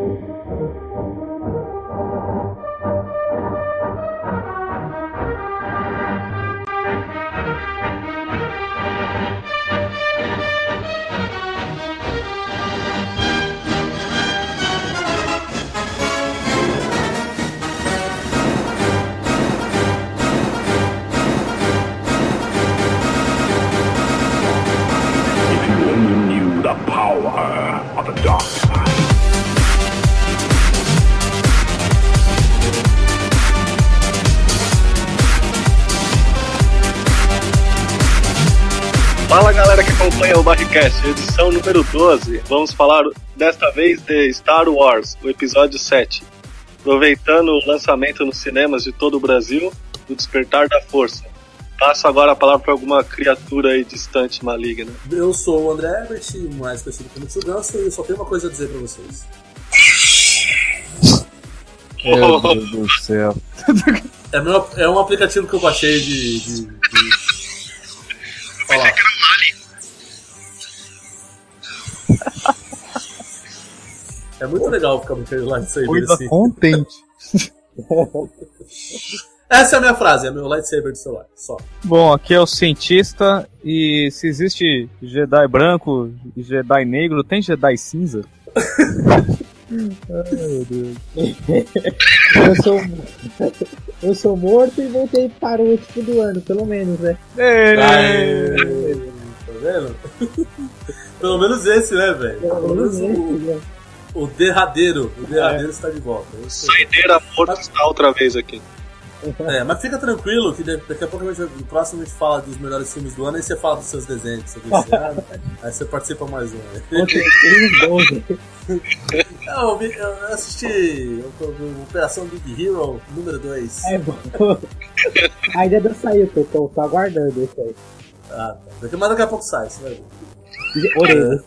Fala galera que acompanha o Barricast, edição número 12. Vamos falar desta vez de Star Wars, o episódio 7. Aproveitando o lançamento nos cinemas de todo o Brasil, do Despertar da Força. Passo agora a palavra para alguma criatura aí distante, maligna. Eu sou o André Herbert, mais conhecido como Tio Ganso, e eu só tenho uma coisa a dizer pra vocês. Meu Deus do céu. É um aplicativo que eu baixei de... Olha lá. É muito legal ficar brincando lightsaber Coisa assim. contente. Essa é a minha frase, é meu lightsaber de celular, só. Bom, aqui é o cientista e se existe Jedi branco e Jedi negro, tem Jedi cinza? Ai, meu Deus. Eu sou morto e voltei para o último do ano, pelo menos, né? Tá vendo? Pelo menos esse, né, velho? Pelo menos o derradeiro. O derradeiro está de volta. Saideira morto está outra vez aqui. Mas fica tranquilo que daqui a pouco no próximo a gente fala dos melhores filmes do ano e você fala dos seus desenhos. Você aí você participa mais um. Eu assisti Operação Big Hero número 2. É bom. Ainda não saiu, que eu tô aguardando isso aí. Mas daqui a pouco sai, você vai ver. Orelha.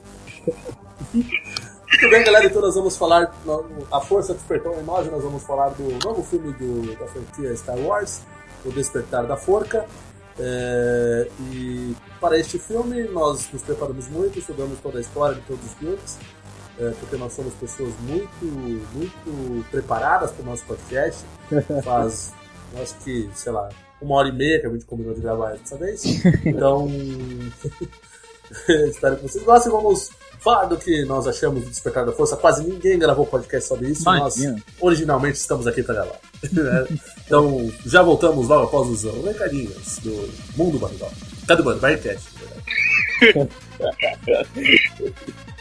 Muito bem, galera, então nós vamos falar A Força Despertou em Nós, nós vamos falar do novo filme da franquia Star Wars, O Despertar da Forca. E para este filme nós nos preparamos muito, estudamos toda a história de todos os filmes, porque nós somos pessoas muito preparadas para o nosso podcast. Faz, acho que, sei lá, 1h30 que a gente combinou de gravar dessa vez. Então, espero que vocês gostem. Vamos falar do que nós achamos do Despertar da Força. Quase ninguém gravou podcast sobre isso. Imagina. Nós, originalmente, estamos aqui para gravar. Então, já voltamos logo após os recadinhos do Mundo Barrigol. Cadê o Bando? Barricast, na verdade.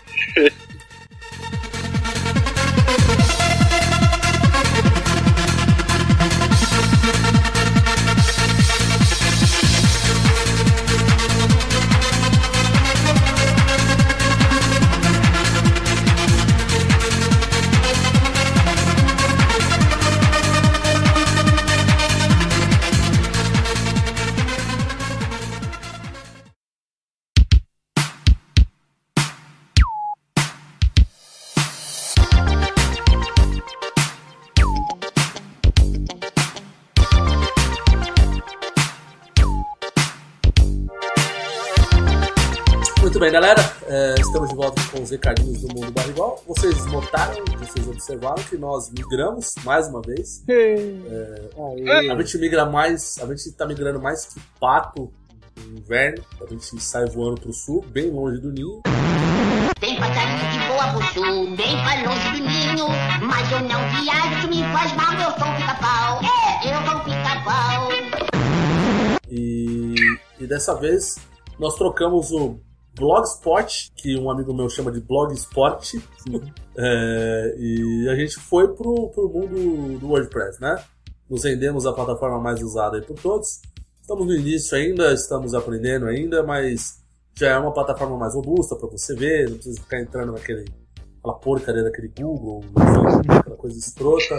Muito bem, galera, estamos de volta com os recadinhos do Mundo Barrigol. Vocês notaram, vocês observaram que nós migramos mais uma vez. A gente tá migrando mais que pato no inverno. A gente sai voando pro sul, bem longe do ninho. Tem passarinho que voa pro sul, bem pra longe do ninho. Mas eu não viajo, isso me faz mal, eu sou um pica-pau. Eu sou um pica-pau. E dessa vez nós trocamos o Blogspot, que um amigo meu chama de Blogspot, e a gente foi pro mundo do WordPress, né? Nos rendemos a plataforma mais usada aí por todos. Estamos no início ainda, estamos aprendendo ainda, mas já é uma plataforma mais robusta para você ver, não precisa ficar entrando aquela porcaria daquele Google, enfim, aquela coisa escrota.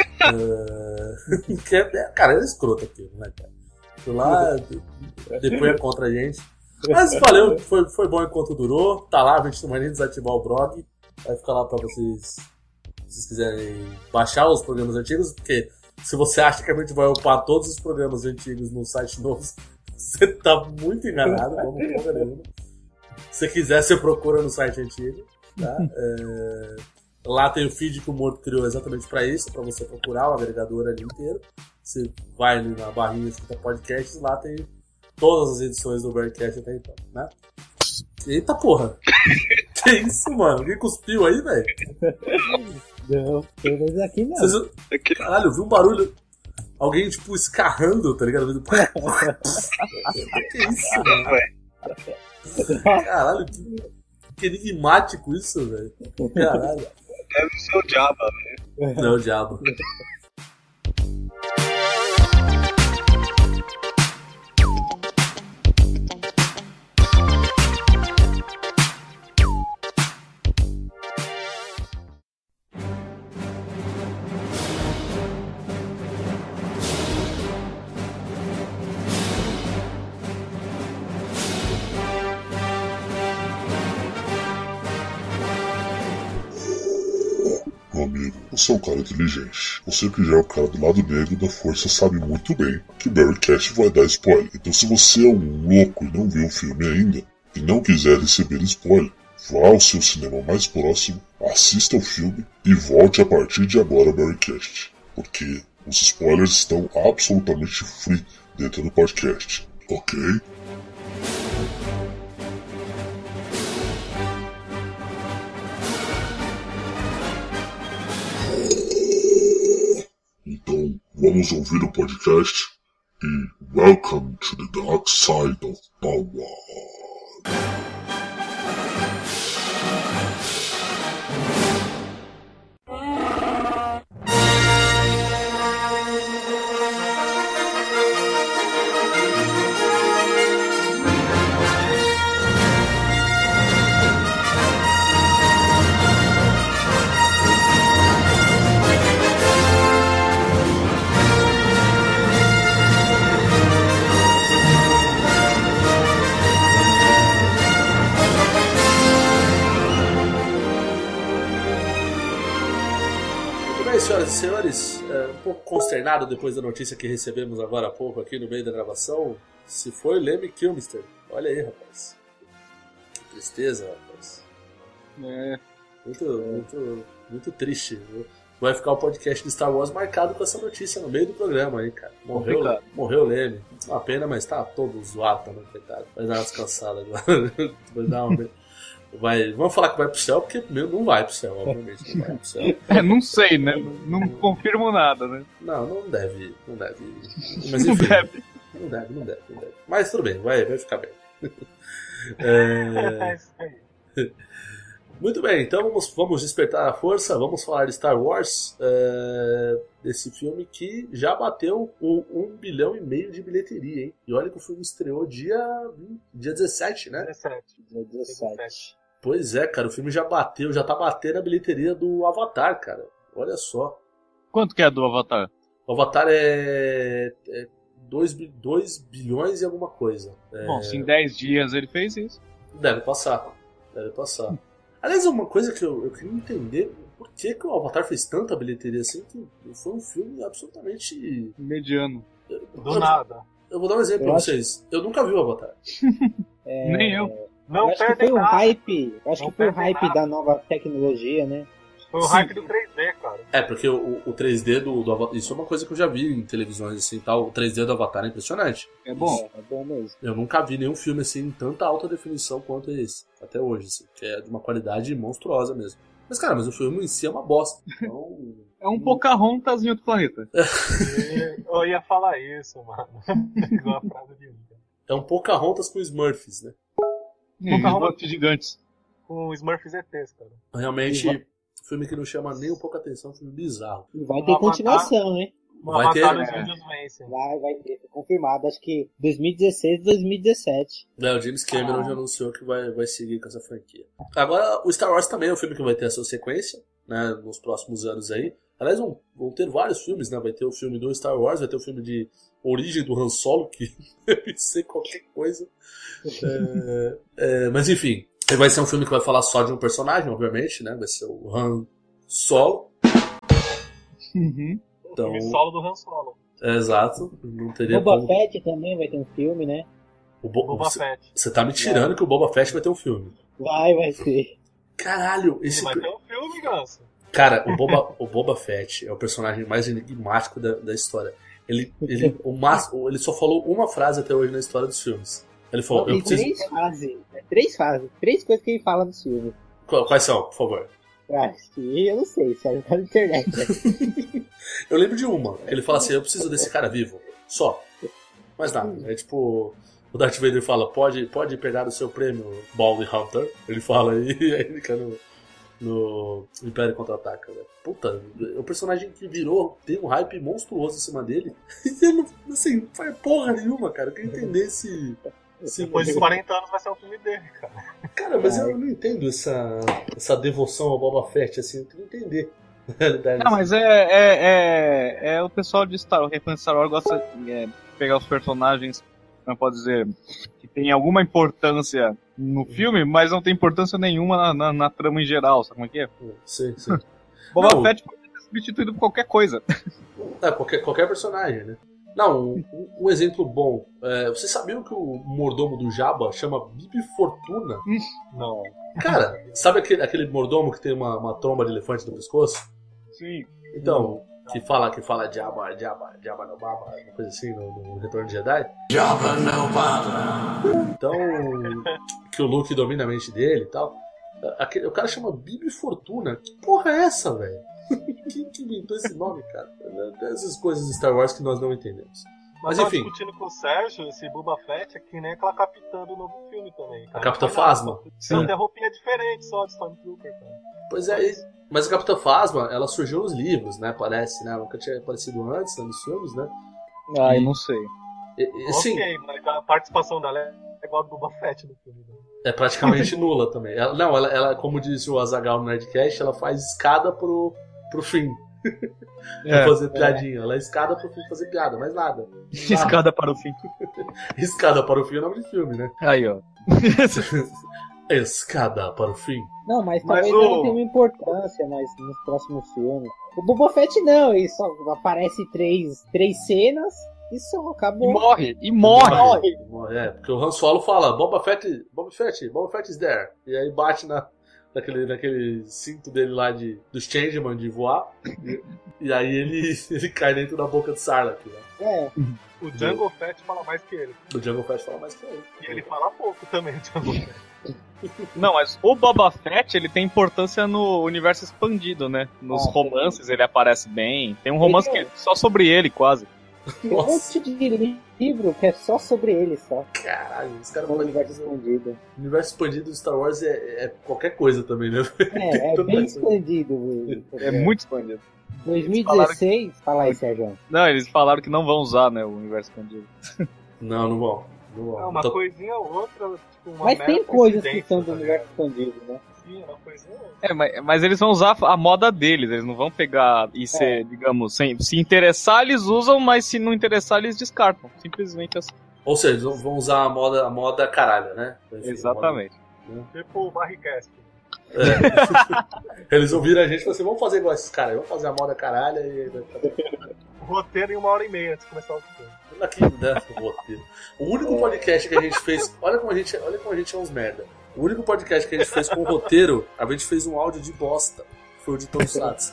Cara, é escroto aquilo, né, cara? Fui lá, depois é contra a gente. Mas valeu, foi bom enquanto durou. Tá lá, a gente não vai nem desativar o blog. Vai ficar lá pra vocês, se vocês quiserem baixar os programas antigos, porque se você acha que a gente vai upar todos os programas antigos no site novo, você tá muito enganado. Vamos porra nenhuma. Se você quiser, você procura no site antigo. Tá? Lá tem o feed que o Morto criou exatamente pra isso, pra você procurar o agregador ali inteiro. Você vai ali na barrinha escrita podcasts, lá tem todas as edições do Bearcast até então, né? Eita porra! Que isso, mano? Alguém cuspiu aí, velho? Não, pelo menos aqui não. Caralho, eu vi um barulho. Alguém, tipo, escarrando, tá ligado? Que isso, mano? Caralho, que enigmático isso, velho. Caralho. Deve ser o Jabba, né? Não, o diabo. Meu amigo, você é um cara inteligente. Você que já é o cara do lado negro da força sabe muito bem que o Bearcast vai dar spoiler. Então se você é um louco e não viu o filme ainda, e não quiser receber spoiler, vá ao seu cinema mais próximo, assista o filme e volte a partir de agora ao Bearcast. Porque os spoilers estão absolutamente free dentro do podcast, ok? Então, vamos ouvir o podcast e Welcome to the Dark Side of Power. Senhoras e senhores, um pouco consternado depois da notícia que recebemos agora há pouco aqui no meio da gravação, se foi Lemmy Kilmister. Olha aí, rapaz. Que tristeza, rapaz. Muito triste. Vai ficar o podcast de Star Wars marcado com essa notícia no meio do programa aí, cara. Morreu o Lemmy. Uma pena, mas tá todo zoado também, coitado. Vai dar uma descansada agora. Vai dar uma... Vamos falar que vai pro céu, porque não vai pro céu, obviamente. Não vai pro céu. Não sei, né? Não confirmo nada, né? Não deve. Mas enfim. Não deve. Mas tudo bem, vai ficar bem. Muito bem, então vamos despertar a força, vamos falar de Star Wars, desse filme que já bateu o 1,5 bilhão de bilheteria, hein? E olha que o filme estreou dia 17, né? 17. Pois é, cara, o filme já tá batendo a bilheteria do Avatar, cara. Olha só. Quanto que é do Avatar? O Avatar é 2 bilhões e alguma coisa. Bom, se em 10 dias ele fez isso. Deve passar. Aliás, uma coisa que eu queria entender, por que o Avatar fez tanta bilheteria assim, que foi um filme absolutamente... mediano. Do nada. Eu vou dar um exemplo pra vocês. Eu nunca vi o Avatar. Nem eu. Não acho que foi o hype. Acho que foi o hype nada. da nova tecnologia, né? Foi o hype do 3D, cara. Porque o 3D do Avatar... Isso é uma coisa que eu já vi em televisões assim e tal. O 3D do Avatar é impressionante. É bom. É bom mesmo. Eu nunca vi nenhum filme assim em tanta alta definição quanto esse. Até hoje, assim. Que é de uma qualidade monstruosa mesmo. Mas, cara, o filme em si é uma bosta. Então... É um Pocahontas em outro planeta. Eu ia falar isso, mano. Igual a frase de Linda. É um Pocahontas com Smurfs, né? Pocahontas gigantes. Com Smurfs ETs, cara. Realmente, filme que não chama nem um pouco a atenção, filme bizarro. E vai ter continuação, né? Vai ter, os vídeos vencem. Vai ter, confirmado, acho que 2016 2017. O James Cameron já anunciou que vai seguir com essa franquia. Agora, o Star Wars também é um filme que vai ter a sua sequência, né, nos próximos anos aí. Aliás, vão ter vários filmes, né? Vai ter o filme do Star Wars, vai ter o filme de origem do Han Solo, que deve ser qualquer coisa. Mas enfim, vai ser um filme que vai falar só de um personagem, obviamente, né? Vai ser o Han Solo. Então, O filme solo do Han Solo. Exato. Não teria Boba como... Fett também vai ter um filme, né? Boba Fett. Você tá me tirando que o Boba Fett vai ter um filme. Vai ter. Caralho, Vai ter um filme, Ganso. Cara, o Boba Fett é o personagem mais enigmático da história. Ele só falou uma frase até hoje na história dos filmes. Ele falou, Tem três fases. Três coisas que ele fala no filme. Quais são, por favor? Eu não sei, sério, tá na internet. Eu lembro de uma, que ele fala assim, eu preciso desse cara vivo. Só. Mais nada. É tipo, o Darth Vader fala, pode pegar o seu prêmio, Bounty Hunter. Ele fala aí ele fica no Império Contra-Ataca, velho. Puta, o personagem que virou, tem um hype monstruoso em cima dele. E ele não, assim, não faz porra nenhuma, cara. Eu queria entender esse Depois de 40 anos vai ser o filme dele, cara. Cara, mas eu não entendo essa devoção ao Boba Fett, assim, eu queria entender. Não, mas é o pessoal de Star Wars, que Star Wars gosta de pegar os personagens, não pode dizer, que tem alguma importância no filme, mas não tem importância nenhuma na trama em geral, sabe como é que é? Sim. Boba Fett pode ser substituído por qualquer coisa. Qualquer personagem, né? Não, um exemplo bom. Você sabia que o mordomo do Jabba chama Bibi Fortuna? Não. Cara, sabe aquele mordomo que tem uma tromba de elefante no pescoço? Sim. Então, que fala Jabba no Baba, uma coisa assim no Retorno de Jedi? Jabba no Baba. Então, que o Luke domina a mente dele e tal. O cara chama Bibi Fortuna. Que porra é essa, velho? Quem que inventou esse nome, cara? Essas coisas de Star Wars que nós não entendemos. Mas enfim. Eu tava discutindo com o Sérgio, esse Boba Fett é que nem aquela capitã do novo filme também. Cara. A Capitã Phasma? Sim. Tem roupinha diferente só de Stormtrooper, cara. Pois é, mas a Capitã Phasma, ela surgiu nos livros, né? Parece, né? Ela nunca tinha aparecido antes, né, nos filmes, né? Eu não sei. Sim. Ok, mas a participação dela é igual a do Boba Fett no filme. Né? É praticamente nula também. Ela, como disse o Azaghal no Nerdcast, ela faz escada pro fim. Pra fazer piadinha. Ela é escada pro fim fazer piada, mais nada. Escada para o fim. Escada para o fim é o nome de filme, né? Aí, ó. Escada para o fim. Não, mas talvez ela tenha uma importância nos próximos filmes. O Boba Fett não, ele só aparece três cenas e só acabou. E morre. Porque o Han Solo fala, Boba Fett is there. E aí bate naquele cinto dele lá dos Changeman de voar. E aí ele cai dentro da boca do Sarlacc, né? O Jango Fett fala mais que ele. O Jango Fett fala mais que ele. E ele fala pouco também, o Jango Fett. Não, mas o Boba Fett, ele tem importância no universo expandido, né? Nos romances ele aparece bem. Tem um romance que é só sobre ele, quase. Tem um monte de livro que é só sobre ele, só. Caralho, os caras no universo expandido. O universo expandido do Star Wars é qualquer coisa também, né? É bem expandido. É muito expandido. 2016, fala aí, Sérgio. Não, eles falaram que não vão usar, né, o universo expandido. Não vão. Uma coisinha ou outra, tipo, uma mas tem coisas que são do universo expandido, né? Sim, uma coisinha ou outra. Mas eles vão usar a moda deles, eles não vão pegar e ser, digamos, se interessar eles usam, mas se não interessar eles descartam, simplesmente assim. Ou seja, eles vão usar a moda caralho, né? Enfim, exatamente. Tipo o Barricast. Eles ouviram a gente e falaram assim, vamos fazer igual esses caras, vamos fazer a moda caralho e aí vai ficar... O roteiro em 1h30 antes de começar o filme. Aqui, né, o roteiro. O único podcast que a gente fez, olha como a gente é uns merda. O único podcast que a gente fez com o roteiro, a gente fez um áudio de bosta. Foi o de Tom Satz.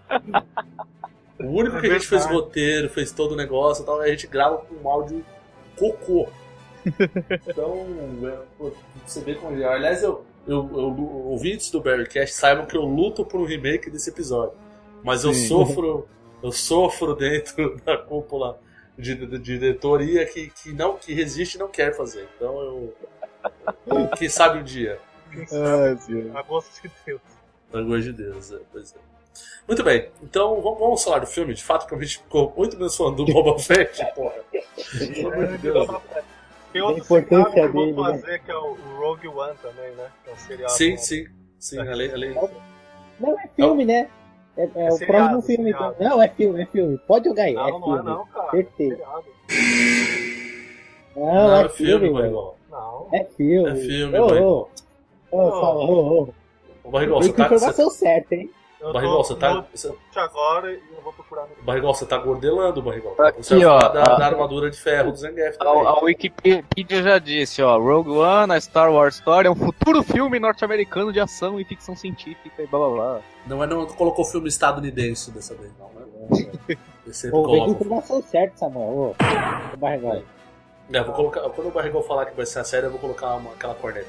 O único que a gente fez o roteiro, fez todo o negócio e tal, a gente grava com um áudio cocô. Então, você vê como é. Aliás, ouvintes do Barrycast saibam que eu luto por um remake desse episódio. Mas eu sofro dentro da cúpula de diretoria que resiste e não quer fazer. Então quem sabe um dia. A gosto de Deus. A gosto de Deus, pois é. Muito bem, então vamos falar do filme. De fato, porque a gente ficou muito menos falando do Boba Fett, porra. Pelo amor de Deus. Tem outro seriado que vão fazer, que é o Rogue One também, né? Que é um seriado. Sim. Além... Não, é filme, né? É o próximo filme. Então. Não, é filme. Pode jogar aí. Não, é não filme. é não, cara. Certeza. Não, é filme, Barrigol. Não. É filme. Barrigol. Ô, Barrigol, você tá... informação certa, hein? Barrigol, você tá... Agora e eu vou procurar. Barrigol, você tá gordelando, Barrigol. Aqui, você ó, da armadura de ferro do Zangief também. A Wikipedia já disse, ó, Rogue One, a Star Wars Story, é um futuro filme norte-americano de ação e ficção científica e blá blá blá. Não colocou filme estadunidense dessa vez, não, né? Vou ver que informação certa, Samuel. Ô, Barrigol. Vou colocar, quando o Barrigol falar que vai ser a série, eu vou colocar aquela corneta.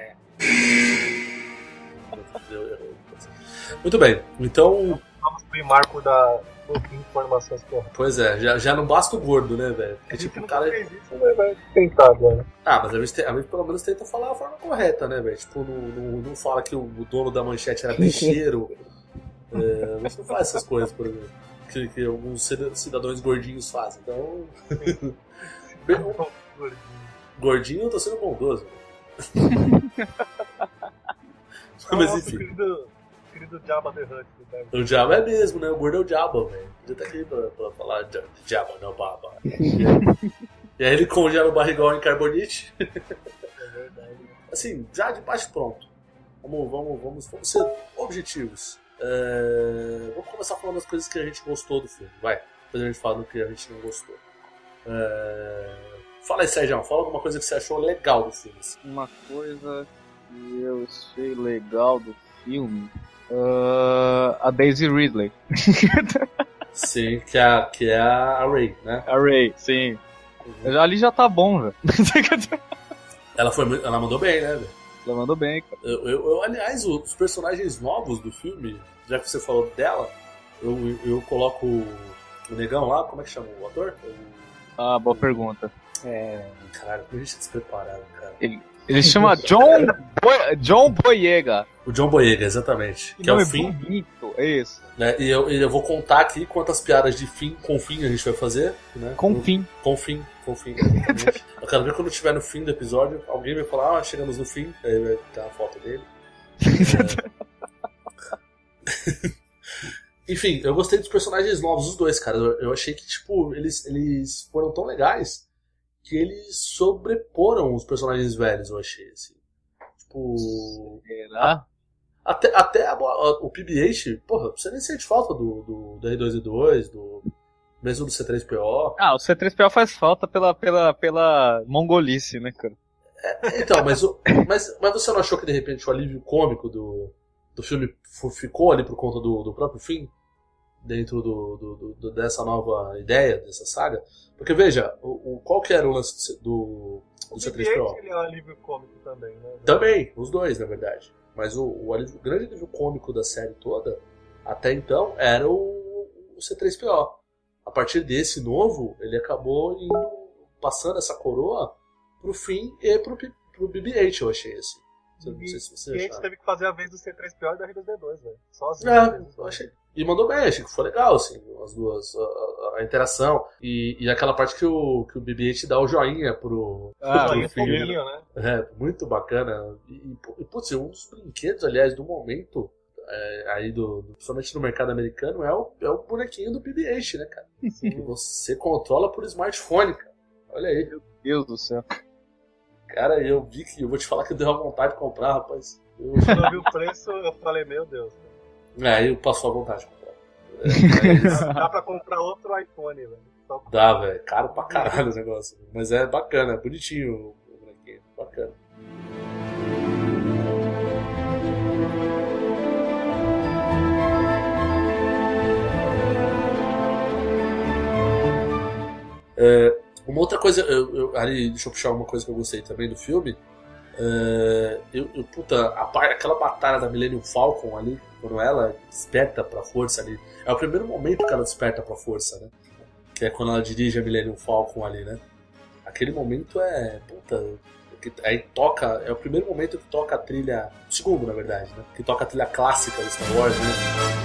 Muito bem, então... Vamos pro marco do fim de informações corretas. Pois é, já não basta o gordo, né, velho? Porque tipo, o cara... fez isso, vai tentar agora. Mas a gente pelo menos tenta falar a forma correta, né, velho? Tipo, não fala que o dono da manchete era bicheiro. Não faz essas coisas, por exemplo. Que alguns cidadãos gordinhos fazem. Então... Gordinho, eu tô sendo bondoso. Mas enfim. Querido Jabba the Hutt. O Jabba é mesmo, né? O gordo é o Jabba, velho. Podia estar aqui pra falar de Jabba, não Baba. E aí ele congela o Barrigol em carbonite. É verdade. Assim, já de baixo pronto. Vamos ser objetivos. Vamos começar falando das coisas que a gente gostou do filme. Vai. Depois a gente fala do que a gente não gostou. Fala aí, Sérgio. Fala alguma coisa que você achou legal do filme. Assim. Uma coisa que eu achei legal do filme... a Daisy Ridley. Sim, que é a Rey, né? A Rey, sim. Uhum. Ali já tá bom, velho. Ela mandou bem, né, velho? Ela mandou bem, cara. Aliás, os personagens novos do filme, já que você falou dela, eu coloco o negão lá, como é que chama o ator? Boa pergunta. Caralho, como a gente tá despreparado, cara. Ele chama John Boyega. O John Boyega, exatamente. Que é o fim. Bonito, é isso. Né? E eu vou contar aqui quantas piadas de fim com fim a gente vai fazer. Né? Com fim, exatamente. Eu quero ver quando estiver no fim do episódio, alguém vai falar, chegamos no fim, aí vai ter a foto dele. Enfim, eu gostei dos personagens novos, os dois, cara. Eu achei que, tipo, eles foram tão legais que eles sobreporam os personagens velhos, eu achei, assim. Tipo... Será? Até o PB-8, porra, você nem sente falta do R2-D2, mesmo do C-3PO. O C-3PO faz falta pela mongolice, né, cara? Então, mas você não achou que, de repente, o alívio cômico do filme ficou ali por conta do próprio fim? Dentro dessa nova ideia, dessa saga? Porque, veja, qual que era o lance do C-3PO? Ele é um alívio cômico também, né? Também, os dois, na verdade. Mas o grande alívio cômico da série toda, até então, era o C-3PO. A partir desse novo, ele acabou passando essa coroa pro fim e pro BB-8, eu achei, assim. Não sei se você a gente teve que fazer a vez do C-3PO e da R2-D2, velho. Sozinho. Eu achei. E mandou bem, achei que foi legal, assim, as duas, a interação. E aquela parte que o BB-8 dá o joinha pro filho, né? Muito bacana. E putz, um dos brinquedos, aliás, do momento, aí principalmente no mercado americano, é o bonequinho do BB-8, né, cara? Que você controla por smartphone, cara. Olha aí. Meu Deus do céu. Cara, eu vi que eu vou te falar que deu uma vontade de comprar, rapaz. Quando eu vi o preço, eu falei, meu Deus. Aí passou a vontade de comprar. Dá pra comprar outro iPhone, velho. Dá, velho. Caro pra caralho o negócio. Mas é bacana, é bonitinho o bonequinho. Bacana. Uma outra coisa, ali, deixa eu puxar uma coisa que eu gostei também do filme. Aquela batalha da Millennium Falcon ali, quando ela desperta pra força ali, é o primeiro momento que ela desperta pra força, né? Que é quando ela dirige a Millennium Falcon ali, né? Aquele momento aí toca, é o primeiro momento que toca a trilha, o segundo na verdade, né? Que toca a trilha clássica do Star Wars, né?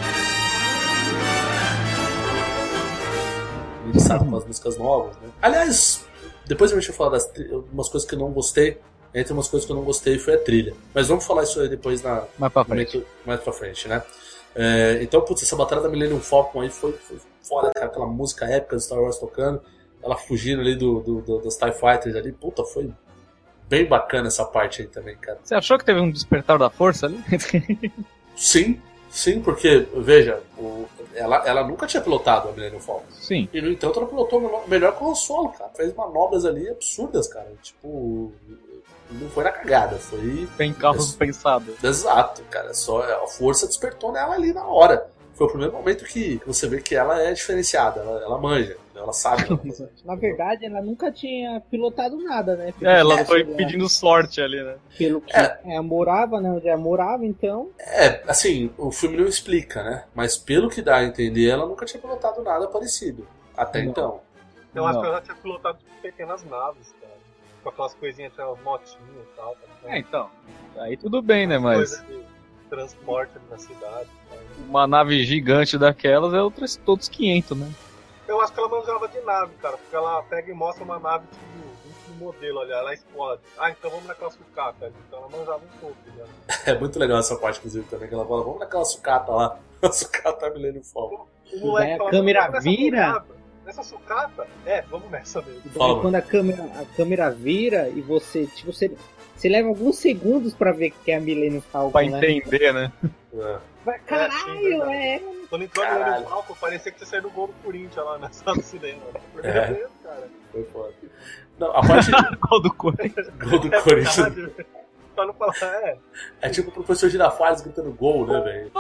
Iniciado com as músicas novas, né? Aliás, depois a gente vai falar das umas coisas que eu não gostei. Entre umas coisas que eu não gostei foi a trilha. Mas vamos falar isso aí depois mais pra frente, né? Então, putz, essa batalha da Millennium Falcon aí foi foda, cara. Aquela música épica do Star Wars tocando, ela fugindo ali dos TIE Fighters ali. Puta, foi bem bacana essa parte aí também, cara. Você achou que teve um despertar da força ali? Sim, Sim, porque, veja, ela nunca tinha pilotado a Millennium Falcon. Sim. E, no entanto, ela pilotou melhor que o Han Solo, cara. Fez manobras ali absurdas, cara. Tipo, não foi na cagada, foi... Tem carros pensados. Exato, cara. Só a força despertou nela ali na hora. Foi o primeiro momento que você vê que ela é diferenciada, ela manja, ela sabe. Na verdade, ela nunca tinha pilotado nada, né? Ela foi pedindo sorte ali, né? Pelo que morava, né? Onde ela morava, então... Assim, o filme não explica, né? Mas pelo que dá a entender, ela nunca tinha pilotado nada parecido. Até então. Eu acho que ela já tinha pilotado pequenas naves, cara. Com aquelas coisinhas, aquelas motinhas e tal. Tá, então. Aí tudo bem, né? Mas... coisa de transporte ali na cidade. Cara. Uma nave gigante daquelas é todos 500, né? Eu acho que ela manjava de nave, cara, porque ela pega e mostra uma nave tipo último modelo ali, ela explode. Então vamos naquela sucata. Então ela manjava um pouco, né? É muito legal essa parte, inclusive, também, que ela fala, vamos naquela sucata lá. A sucata é Millennium Falcon. O moleque fala, a câmera vira... Nessa sucata? Vamos nessa mesmo. Quando a câmera vira e você, tipo, você leva alguns segundos pra ver que é a Millennium Falcon, pra entender, né? Caralho, Quando entrou a Millennium Falcon, parecia que você saiu do gol do Corinthians lá na sala do cinema. Primeira vez, cara. Foi foda. Não, a parte... Gol do Corinthians. Gol do Corinthians. Pra não falar, É tipo o professor Girafales gritando gol, né, velho?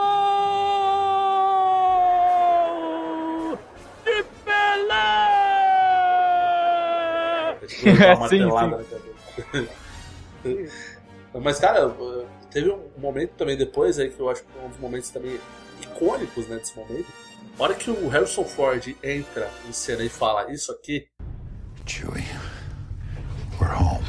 De Pelé! Sim. Mas, cara, teve um momento também depois aí que eu acho que foi um dos momentos também icônicos, né, desse momento. A hora que o Harrison Ford entra em cena e fala isso aqui... Chewie, we're home.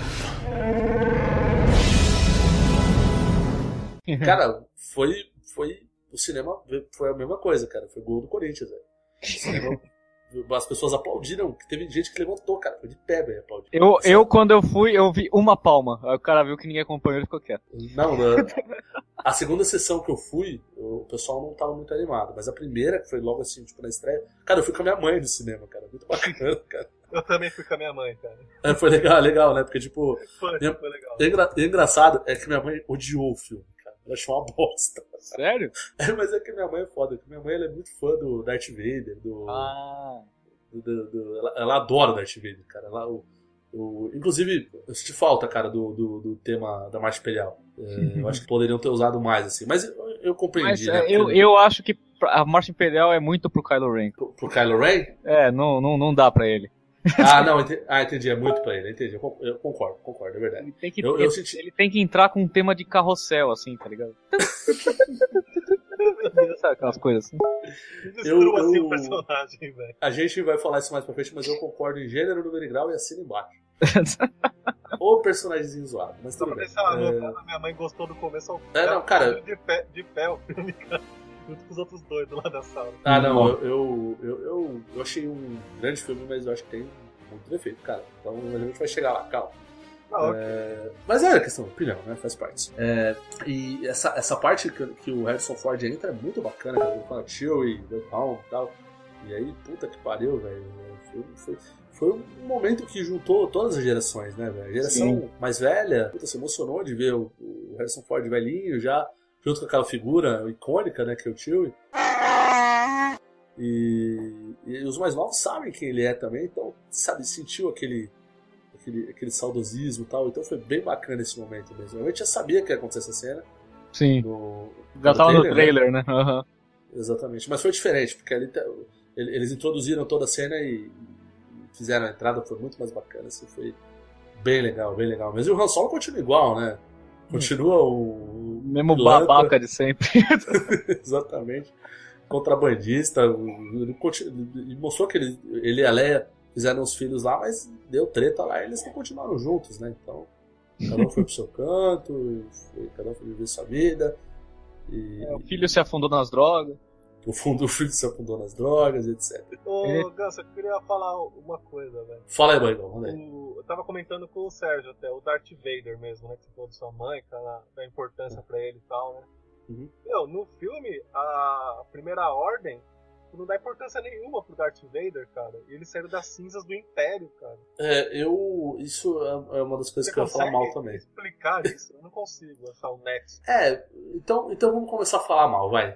Cara, o cinema foi a mesma coisa, cara. Foi gol do Corinthians, velho. O cinema... As pessoas aplaudiram, que teve gente que levantou, cara, foi de pé, velho, aplaudir. Eu, quando eu fui, eu vi uma palma. Aí o cara viu que ninguém acompanhou e ficou quieto. Não, a segunda sessão que eu fui, o pessoal não tava muito animado, mas a primeira, que foi logo assim, tipo, na estreia, cara, eu fui com a minha mãe no cinema, cara, muito bacana, cara. Eu também fui com a minha mãe, cara. Foi legal, né, porque, tipo... Foi legal. Engraçado é que minha mãe odiou o filme, cara, ela achou uma bosta. Sério? Mas é que minha mãe é foda, porque minha mãe ela é muito fã do Darth Vader, ela adora o Darth Vader, cara. Inclusive, eu senti falta, cara, do tema da Marcha Imperial. Eu acho que poderiam ter usado mais, assim. Mas eu compreendi, mas, né? Eu acho que a Marcha Imperial é muito pro Kylo Ren. Pro Kylo Ren? Não dá pra ele. Entendi, é muito pra ele, entendi. Eu concordo, é verdade. Ele tem que entrar com um tema de carrossel, assim, tá ligado? Sabe aquelas coisas assim? Assim o personagem, velho. A gente vai falar isso mais pra frente, mas eu concordo em gênero, número e grau e assino embaixo. Ou personagemzinho zoado, mas tudo bem. Minha mãe gostou do começo ao não, cara... De pé o filme, cara. Junto com os outros dois lá da sala. Eu achei um grande filme, mas eu acho que tem muito defeito, cara. Então a gente vai chegar lá, calma. Mas é questão de opinião, né? Faz parte. E essa parte que o Harrison Ford entra é muito bacana, cara. Ele fala Chewie, Home e tal. E aí, puta que pariu, velho. Foi um momento que juntou todas as gerações, né, velho? A geração mais velha, puta, se emocionou de ver o Harrison Ford velhinho já, junto com aquela figura icônica, né, que é o Chewie. E os mais novos sabem quem ele é também, então, sabe, sentiu aquele saudosismo e tal, então foi bem bacana esse momento mesmo. Eu já sabia que ia acontecer essa cena. Sim. Já tava no trailer, né? Uhum. Exatamente, mas foi diferente, porque ali eles introduziram toda a cena e fizeram a entrada, foi muito mais bacana, assim, foi bem legal. Mas o Han Solo continua igual, né? Continua o mesmo pilantra. Babaca de sempre. Exatamente. Contrabandista, ele mostrou que ele e a Leia fizeram os filhos lá, mas deu treta lá e eles não continuaram juntos, né? Então, cada um foi pro seu canto, cada um foi viver sua vida. O filho se afundou nas drogas. O filho se afundou nas drogas, etc. Ô, Ganso, eu queria falar uma coisa, velho. Fala aí, Baigão, manda aí. Eu tava comentando com o Sérgio até, o Darth Vader mesmo, né? Que você falou de sua mãe, cara, da importância pra ele e tal, né? No filme, a Primeira Ordem tipo, não dá importância nenhuma pro Darth Vader, cara. E ele saiu das cinzas do Império, cara. Isso é uma das coisas que eu ia falar mal também. Explicar isso? Eu não consigo achar o nexo. Então vamos começar a falar mal, vai.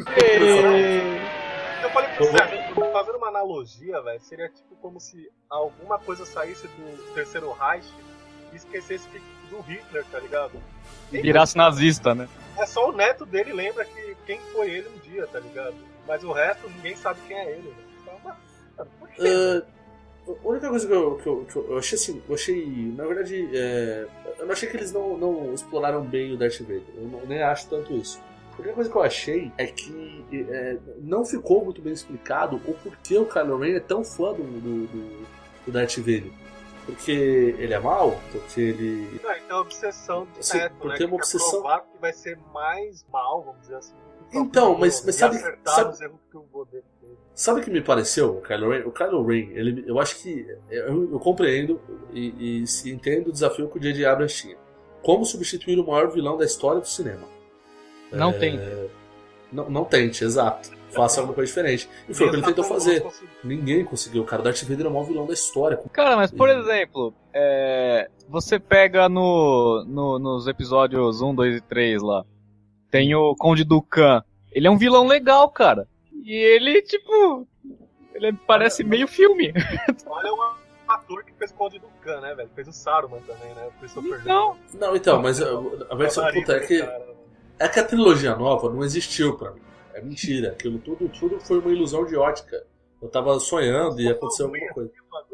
Eu falei pra você, fazendo uma analogia, velho, seria tipo como se alguma coisa saísse do Terceiro Reich e esquecesse do Hitler, tá ligado? Virasse nazista, né? É só o neto dele lembra que quem foi ele um dia, tá ligado? Mas o resto ninguém sabe quem é ele. Por quê? A única coisa que eu achei assim, na verdade, eu não achei que eles não exploraram bem o Darth Vader. Eu nem acho tanto isso. A única coisa que eu achei é que não ficou muito bem explicado o porquê o Kylo Ren é tão fã do Darth Vader. Porque ele é mau? Porque ele... Não, então a obsessão do neto, porque né? é uma obsessão... que vai ser mais mal, vamos dizer assim. Então, mas sabe... Os erros que o vô dele fez. Sabe o que me pareceu, o Kylo Ren? O Kylo Ren, eu acho que... Eu compreendo e entendo o desafio que o J.J. Abrams tinha. Como substituir o maior vilão da história do cinema. Não tente. Não tente, exato. Faça alguma coisa diferente. E foi o que ele tentou fazer. Ninguém conseguiu. Cara, o Darth Vader é o maior vilão da história. Cara, mas por exemplo, você pega nos episódios 1, 2 e 3 lá. Tem o Conde Dooku. Ele é um vilão legal, cara. E ele, tipo... Ele parece meio filme. Olha o ator que fez o Conde Dooku, né, velho? Fez o Saruman também, né? Não, então, mas a versão puta é que... É que a trilogia nova não existiu pra mim. É mentira. Aquilo tudo foi uma ilusão de ótica. Eu tava sonhando e aconteceu alguma coisa.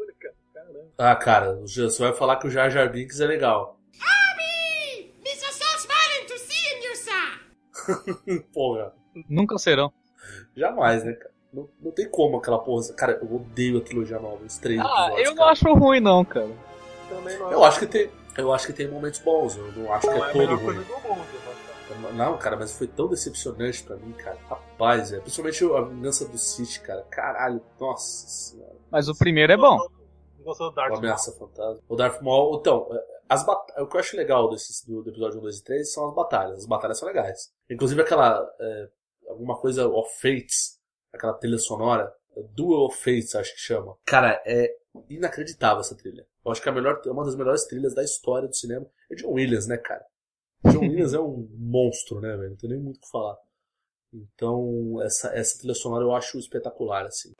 Ah, cara, você vai falar que o Jar Jar Binks é legal. Abby! Mr. so smiling to see you, sir! Porra. Nunca serão. Jamais, né, cara? Não tem como aquela porra. Cara, eu odeio a trilogia nova, os 3 episódios. Eu não acho ruim, não, cara. Também não. Eu acho que tem momentos bons. Eu não acho que é todo ruim. Não, cara, mas foi tão decepcionante pra mim, cara. Rapaz, principalmente a vingança do Sith, cara. Caralho, nossa senhora. Mas o primeiro é bom. Não gostou do Darth Maul? Ameaça Fantasma. O Darth Maul, então, o que eu acho legal do episódio 1, 2 e 3 são as batalhas. As batalhas são legais. Inclusive aquela, alguma coisa of Fates, aquela trilha sonora, Duel of Fates, acho que chama. Cara, é inacreditável essa trilha. Eu acho que é uma das melhores trilhas da história do cinema. É John Williams, né, cara? John Williams é um monstro, né, velho? Não tem nem muito o que falar. Então, essa trilha sonora eu acho espetacular, assim.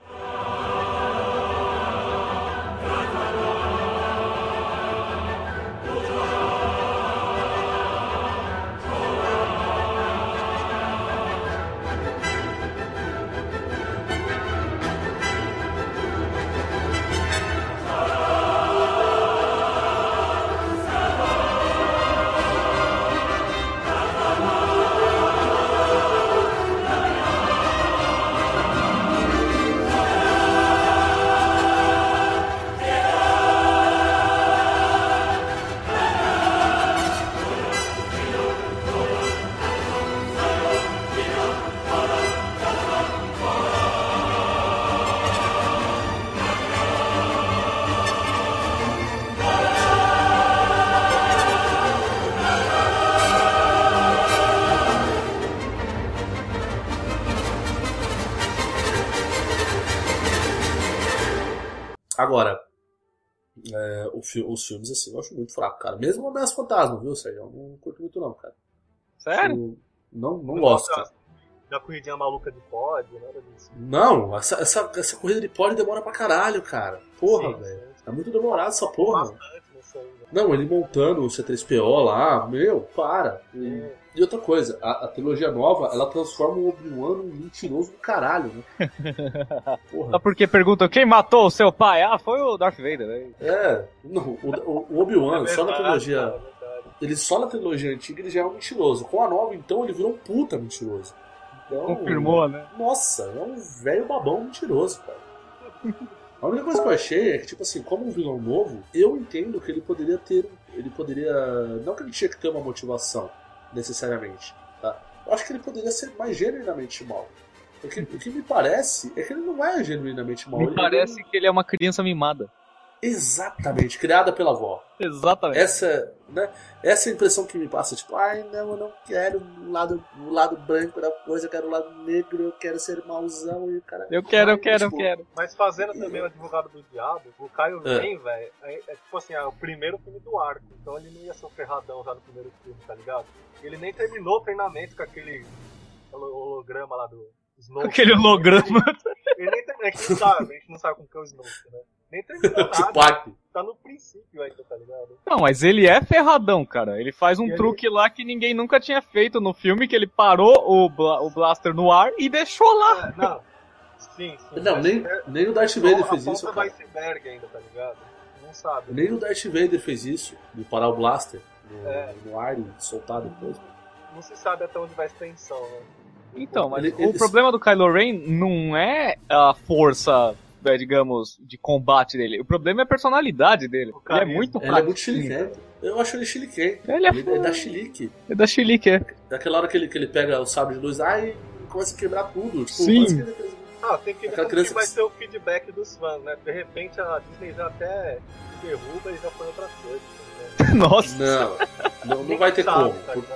Agora, os filmes, assim, eu acho muito fraco, cara. Mesmo o Ameaça Fantasma, viu, Sérgio? Eu não curto muito, não, cara. Sério? Não gosto, cara. Da corridinha maluca de pod, nada disso. Não, essa corrida de pod demora pra caralho, cara. Porra, velho. É muito demorado essa porra. Não, ele montando o C3PO lá, meu, para. E outra coisa, a trilogia nova, ela transforma o Obi-Wan num mentiroso do caralho, né? Porra. Só porque perguntam quem matou o seu pai? Ah, foi o Darth Vader, né? Não, o Obi-Wan, só na trilogia... Ele só na trilogia antiga ele já é um mentiroso. Com a nova, então, ele virou um puta mentiroso. Então, confirmou, né? Nossa, é um velho babão mentiroso, cara. A única coisa que eu achei é que, tipo assim, como um vilão novo, eu entendo que ele poderia ter... Não que ele tinha que ter uma motivação, necessariamente, tá? Eu acho que ele poderia ser mais genuinamente mal. Porque o que me parece é que ele não é genuinamente mal. Me parece que ele é uma criança mimada. Exatamente, criada pela avó. Exatamente. Essa impressão que me passa, tipo, ai não, eu não quero o lado branco da coisa, eu quero o lado negro, eu quero ser mauzão e o cara. Eu quero. Mas fazendo também o Advogado do Diabo, o Kylo Ren, velho, é tipo assim, é o primeiro filme do arco, então ele não ia ser um ferradão já no primeiro filme, tá ligado? Ele nem terminou o treinamento com aquele holograma lá do Snoke. Aquele holograma. Ele nem terminou, a gente não sabe como que é o Snoke, né? Nem terminou Tipo, nada. Tá no princípio ainda, tá ligado? Não, mas ele é ferradão, cara. Ele faz um truque lá que ninguém nunca tinha feito no filme, que ele parou o blaster no ar e deixou lá. Não. Sim. Não, nem o Darth Vader fez isso. A ponta do iceberg ainda, tá ligado? Não sabe. Nem o Darth Vader fez isso, de parar o blaster no ar e soltar depois. Não se sabe até onde vai a extensão, né? Então, mas o problema do Kylo Ren não é a força, digamos, de combate dele. O problema é a personalidade dele. Ele é muito fraco. Ele é muito chiliquento. Eu acho ele chiliquento. Ele é da chilique. É da chilique, é. Daquela hora que ele pega o sabre de luz, e começa a quebrar tudo. Tipo, sim. Tem que ver como que vai ser o feedback dos fãs, né? De repente a Disney já até derruba e já põe outra coisa. Né? Nossa! Não vai ter como.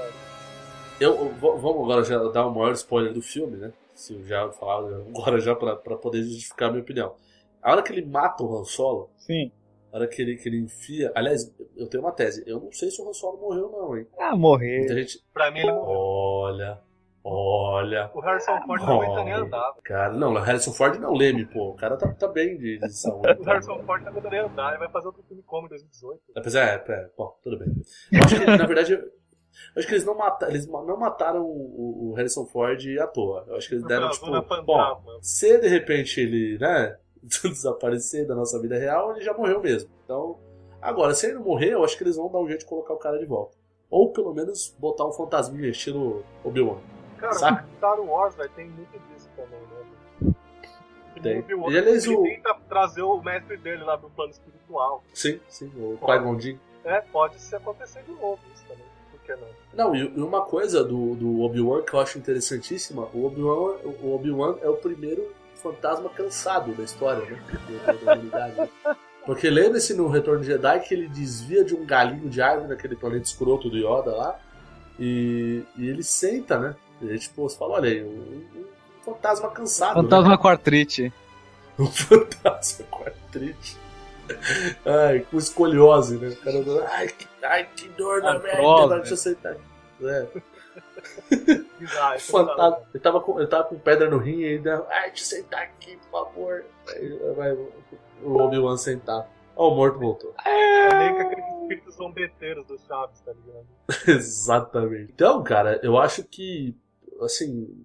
Vamos agora já dar o maior spoiler do filme, né? Se eu já falar agora já pra poder justificar a minha opinião. A hora que ele mata o Han Solo, sim. A hora que ele enfia... Aliás, eu tenho uma tese. Eu não sei se o Han Solo morreu não, hein? Morreu. Pra mim ele morreu. Olha. O Harrison Ford não aguenta nem andar. Cara, não, o Harrison Ford não leme, pô. O cara tá bem de saúde. O Harrison Ford não aguenta nem andar. Ele vai fazer outro filme como em 2018. Bom, tudo bem. Eu acho que, na verdade... Acho que eles não mataram o Harrison Ford à toa. Eu acho que eles deram, se de repente ele, né, desaparecer da nossa vida real, ele já morreu mesmo. Então, agora, se ele não morrer, eu acho que eles vão dar um jeito de colocar o cara de volta. Ou pelo menos botar um fantasminha estilo Obi-Wan. Cara, Star Wars, velho, tem muito disso também, né? Tem. Obi-Wan, ele tenta trazer o mestre dele lá do plano espiritual. Sim, o Qui-Gon Jinn. Pode acontecer de novo isso também. Não, e uma coisa do Obi-Wan que eu acho interessantíssima, o Obi-Wan é o primeiro fantasma cansado da história, né? Da humanidade. Porque lembra-se no Retorno de Jedi que ele desvia de um galinho de árvore naquele planeta escroto do Yoda lá, e ele senta, né? E aí, tipo, você fala, olha aí, um fantasma cansado. Fantasma com artrite. Um fantasma com artrite. Ai, com escoliose, né? O cara ai, que dor na merda, deixa eu sentar. Fantasma. Ele tava com pedra no rim e ainda. Ai, deixa eu sentar aqui, por favor. Aí vai o Obi-Wan sentar. O morto voltou. É meio que aqueles espíritos zombeteiros dos Chaves, tá ligado? Exatamente. Então, cara, eu acho que, assim,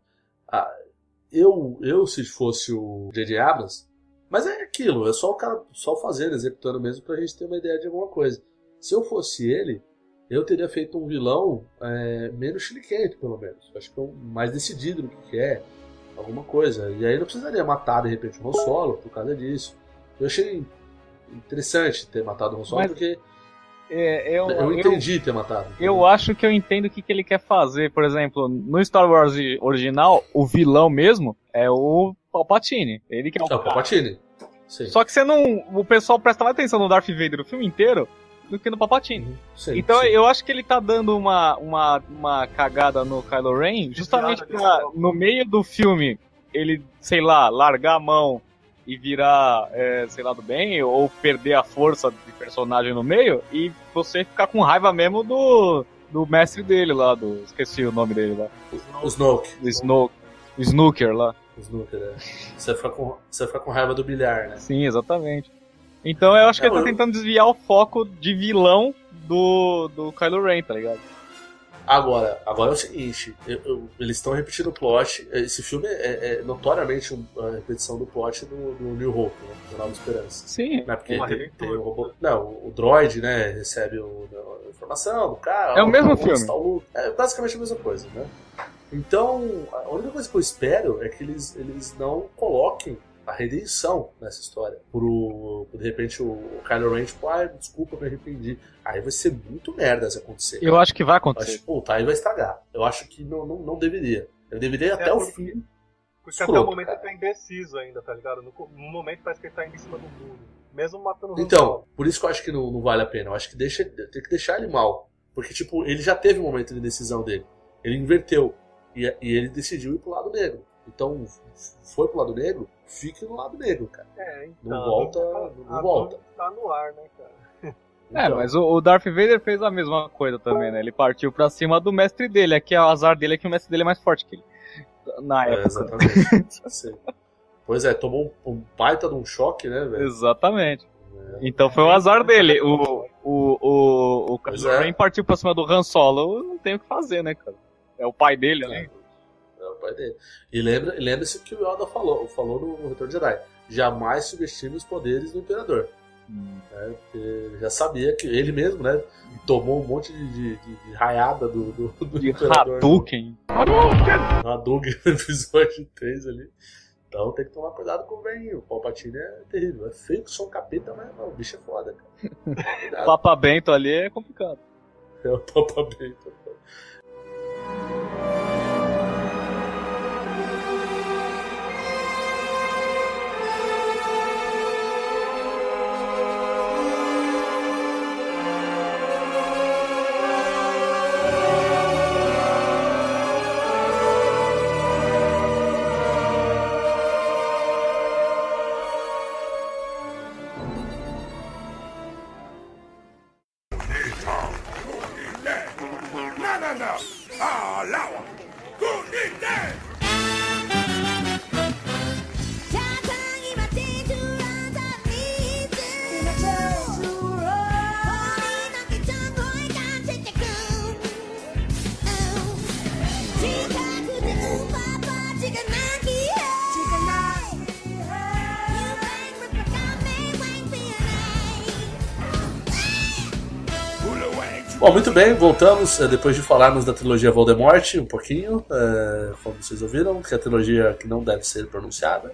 eu se fosse o J.J. Abrams, mas é aquilo, é só o cara só fazendo, executando mesmo pra gente ter uma ideia de alguma coisa. Se eu fosse ele, eu teria feito um vilão menos chiliquento, pelo menos. Acho que é mais decidido no que quer, alguma coisa. E aí não precisaria matar, de repente, o Han Solo por causa disso. Eu achei interessante ter matado o Han Solo, porque eu entendi ter matado. Eu acho que eu entendo o que ele quer fazer. Por exemplo, no Star Wars original, o vilão mesmo é o Palpatine. Ele que é o Palpatine. Sim. Só que o pessoal presta mais atenção no Darth Vader o filme inteiro do que no Palpatine. Sim, então eu acho que ele tá dando uma cagada no Kylo Ren, justamente pra, no meio do filme, ele, sei lá, largar a mão e virar, sei lá, do bem, ou perder a força de personagem no meio, e você ficar com raiva mesmo do mestre dele lá, esqueci o nome dele lá. O Snoke. O Snooker lá. Snooker, Você fica com raiva do bilhar, né? Sim, exatamente. Então eu acho que ele tá tentando desviar o foco de vilão do Kylo Ren, tá ligado? Agora é o seguinte, eles estão repetindo o plot. Esse filme é notoriamente uma repetição do plot do New Hope, né? Do Nova Esperança. Sim. Não é porque tem o robô. Não, o droid, né? Recebe a informação do carro. É o mesmo filme. É basicamente a mesma coisa, né? Então, a única coisa que eu espero é que eles não coloquem a redenção nessa história. De repente o Kylo Ren, tipo, desculpa, me arrependi. Aí vai ser muito merda se acontecer. Eu acho que vai acontecer. Aí vai estragar. Eu acho que não deveria. Ele deveria ir até o fim. Porque até o momento ele tá indeciso ainda, tá ligado? No momento parece que ele tá indo em cima do muro. Mesmo matando o Han Então, Solo. por isso que eu acho que não vale a pena. Eu acho que tem que deixar ele mal. Porque, tipo, ele já teve um momento de decisão dele. Ele inverteu. E ele decidiu ir pro lado negro. Então, foi pro lado negro, fique no lado negro, cara. Então, Não volta. Tá no ar, né, cara? Então, mas o Darth Vader fez a mesma coisa também, né? Ele partiu pra cima do mestre dele. Aqui o azar dele é que o mestre dele é mais forte que ele. Na época. Exatamente. Sim. Pois é, tomou um baita de um choque, né, velho? Exatamente. Então foi o azar dele. O Kylo Ren partiu pra cima do Han Solo, não tem o que fazer, né, cara? É o pai dele, né? É o pai dele. E lembre-se que o Yoda falou no Retorno de Jedi. Jamais subestime os poderes do Imperador. Porque ele já sabia que ele mesmo, né, tomou um monte de raiada do Imperador. Hadouken! Hadouken no episódio 3 ali. Então tem que tomar cuidado com o velhinho. O Palpatine é terrível. É feio que sou um capeta, mas o bicho é foda, cara. Papa Bento ali é complicado. É o Papa Bento. Bom, muito bem, voltamos depois de falarmos da trilogia Voldemort um pouquinho, como vocês ouviram, que é a trilogia que não deve ser pronunciada.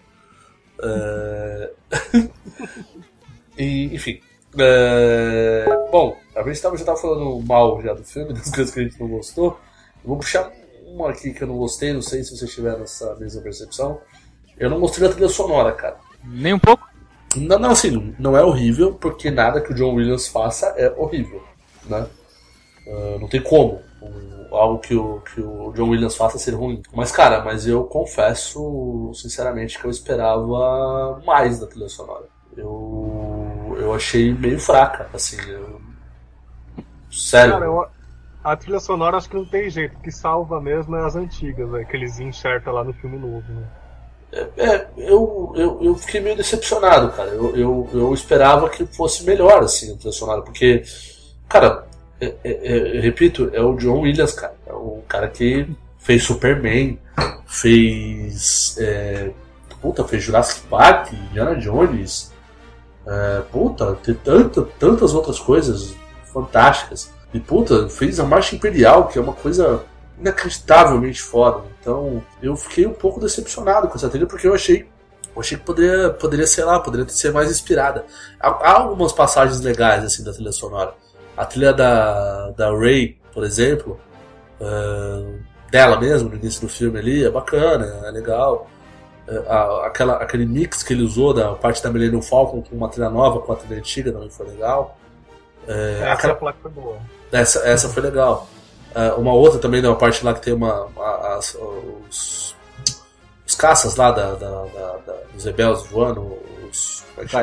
Enfim. Bom, a gente já estava falando mal já do filme, das coisas que a gente não gostou. Eu vou puxar uma aqui que eu não gostei, não sei se vocês tiveram essa mesma percepção. Eu não gostei da trilha sonora, cara. Nem um pouco? Não, assim, não é horrível, porque nada que o John Williams faça é horrível, né? Não tem como algo que o John Williams faça ser ruim. Mas, cara, eu confesso, sinceramente, que eu esperava mais da trilha sonora. Eu achei meio fraca, assim. Sério. Cara, a trilha sonora acho que não tem jeito. O que salva mesmo é as antigas, que eles enxertam lá no filme novo, né? Eu fiquei meio decepcionado, cara. Eu esperava que fosse melhor, assim, a trilha sonora. Porque, cara... eu repito, é o John Williams, cara. É o cara que fez Superman, fez Jurassic Park, Indiana Jones, tem tantas outras coisas fantásticas. E fez a Marcha Imperial, que é uma coisa inacreditavelmente foda. Então eu fiquei um pouco decepcionado com essa trilha, porque eu achei que poderia ser mais inspirada. Há algumas passagens legais assim da trilha sonora. A trilha da Rey, por exemplo, dela mesmo, no início do filme ali, é bacana, é legal. Aquele mix que ele usou da parte da Millennium Falcon com uma trilha nova com a trilha antiga também foi legal. Essa placa foi boa. Essa foi legal. Uma outra também, uma parte lá que tem os caças lá dos rebeldes voando, os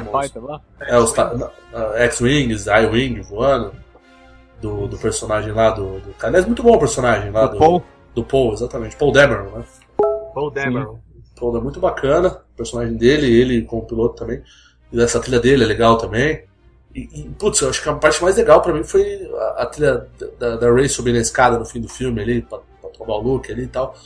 X-Wings, I-Wing voando. Do personagem lá aliás, muito bom o personagem lá do Paul, exatamente. Paul Dameron, né? Paul Dameron. Paul é muito bacana, o personagem dele, ele como piloto também. E essa trilha dele é legal também. Eu acho que a parte mais legal pra mim foi a trilha da Rey subindo a escada no fim do filme ali, pra tomar o Luke ali e tal.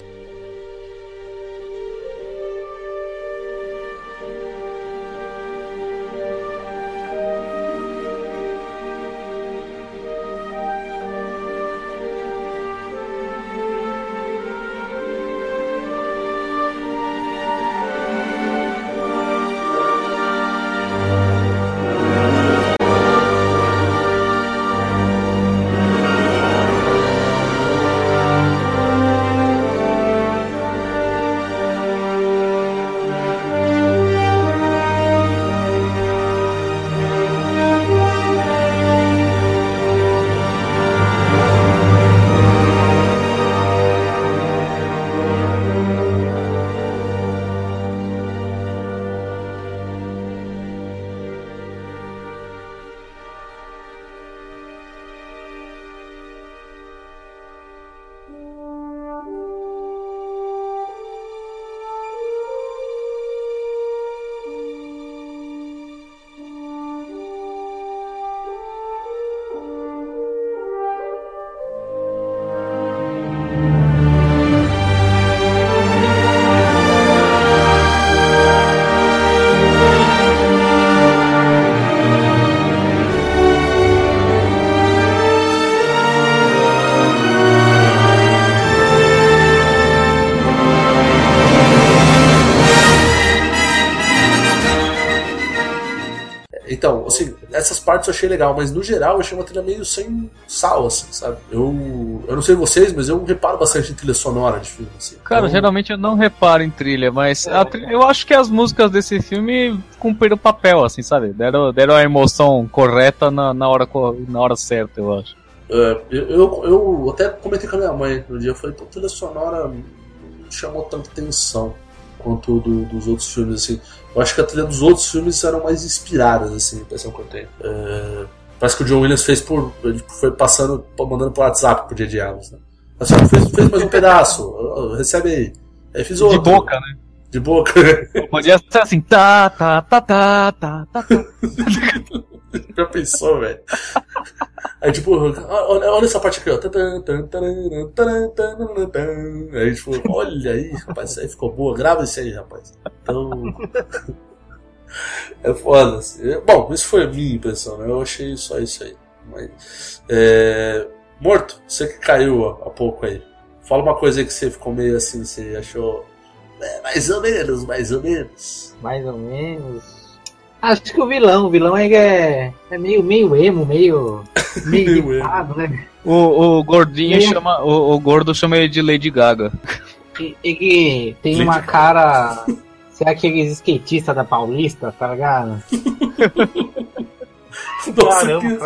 Então, assim, essas partes eu achei legal, mas no geral eu achei uma trilha meio sem sal, assim, sabe? Eu não sei vocês, mas eu reparo bastante em trilha sonora de filme, assim. Cara, então... geralmente eu não reparo em trilha, mas eu acho que as músicas desse filme cumpriram o papel, assim, sabe? Deram a emoção correta na hora certa, eu acho. Eu até comentei com a minha mãe no dia, eu falei, a trilha sonora não chamou tanta atenção quanto dos outros filmes, assim. Eu acho que a trilha dos outros filmes eram mais inspiradas, assim, a impressão que eu tenho. Parece que o John Williams ele foi mandando pro WhatsApp pro J.J. Abrams, né? Assim, fez mais um pedaço, recebe aí. Aí fiz outro. De boca, né? De boca. Podia ser assim, tá. Já pensou, velho? Aí tipo, olha essa parte aqui, ó. Aí tipo, olha aí, rapaz, isso aí ficou boa, grava isso aí, rapaz. Então. É foda, assim. Bom, isso foi a minha impressão, né? Eu achei só isso aí. Mas, Morto, você que caiu há pouco aí. Fala uma coisa aí que você ficou meio assim, você achou. Mais ou menos. Mais ou menos. Acho que o vilão é meio emo, meio irritado, né? O gordinho o gordo chama ele de Lady Gaga. Ele tem uma cara. Será aqueles skatistas da Paulista, tá ligado? Nossa,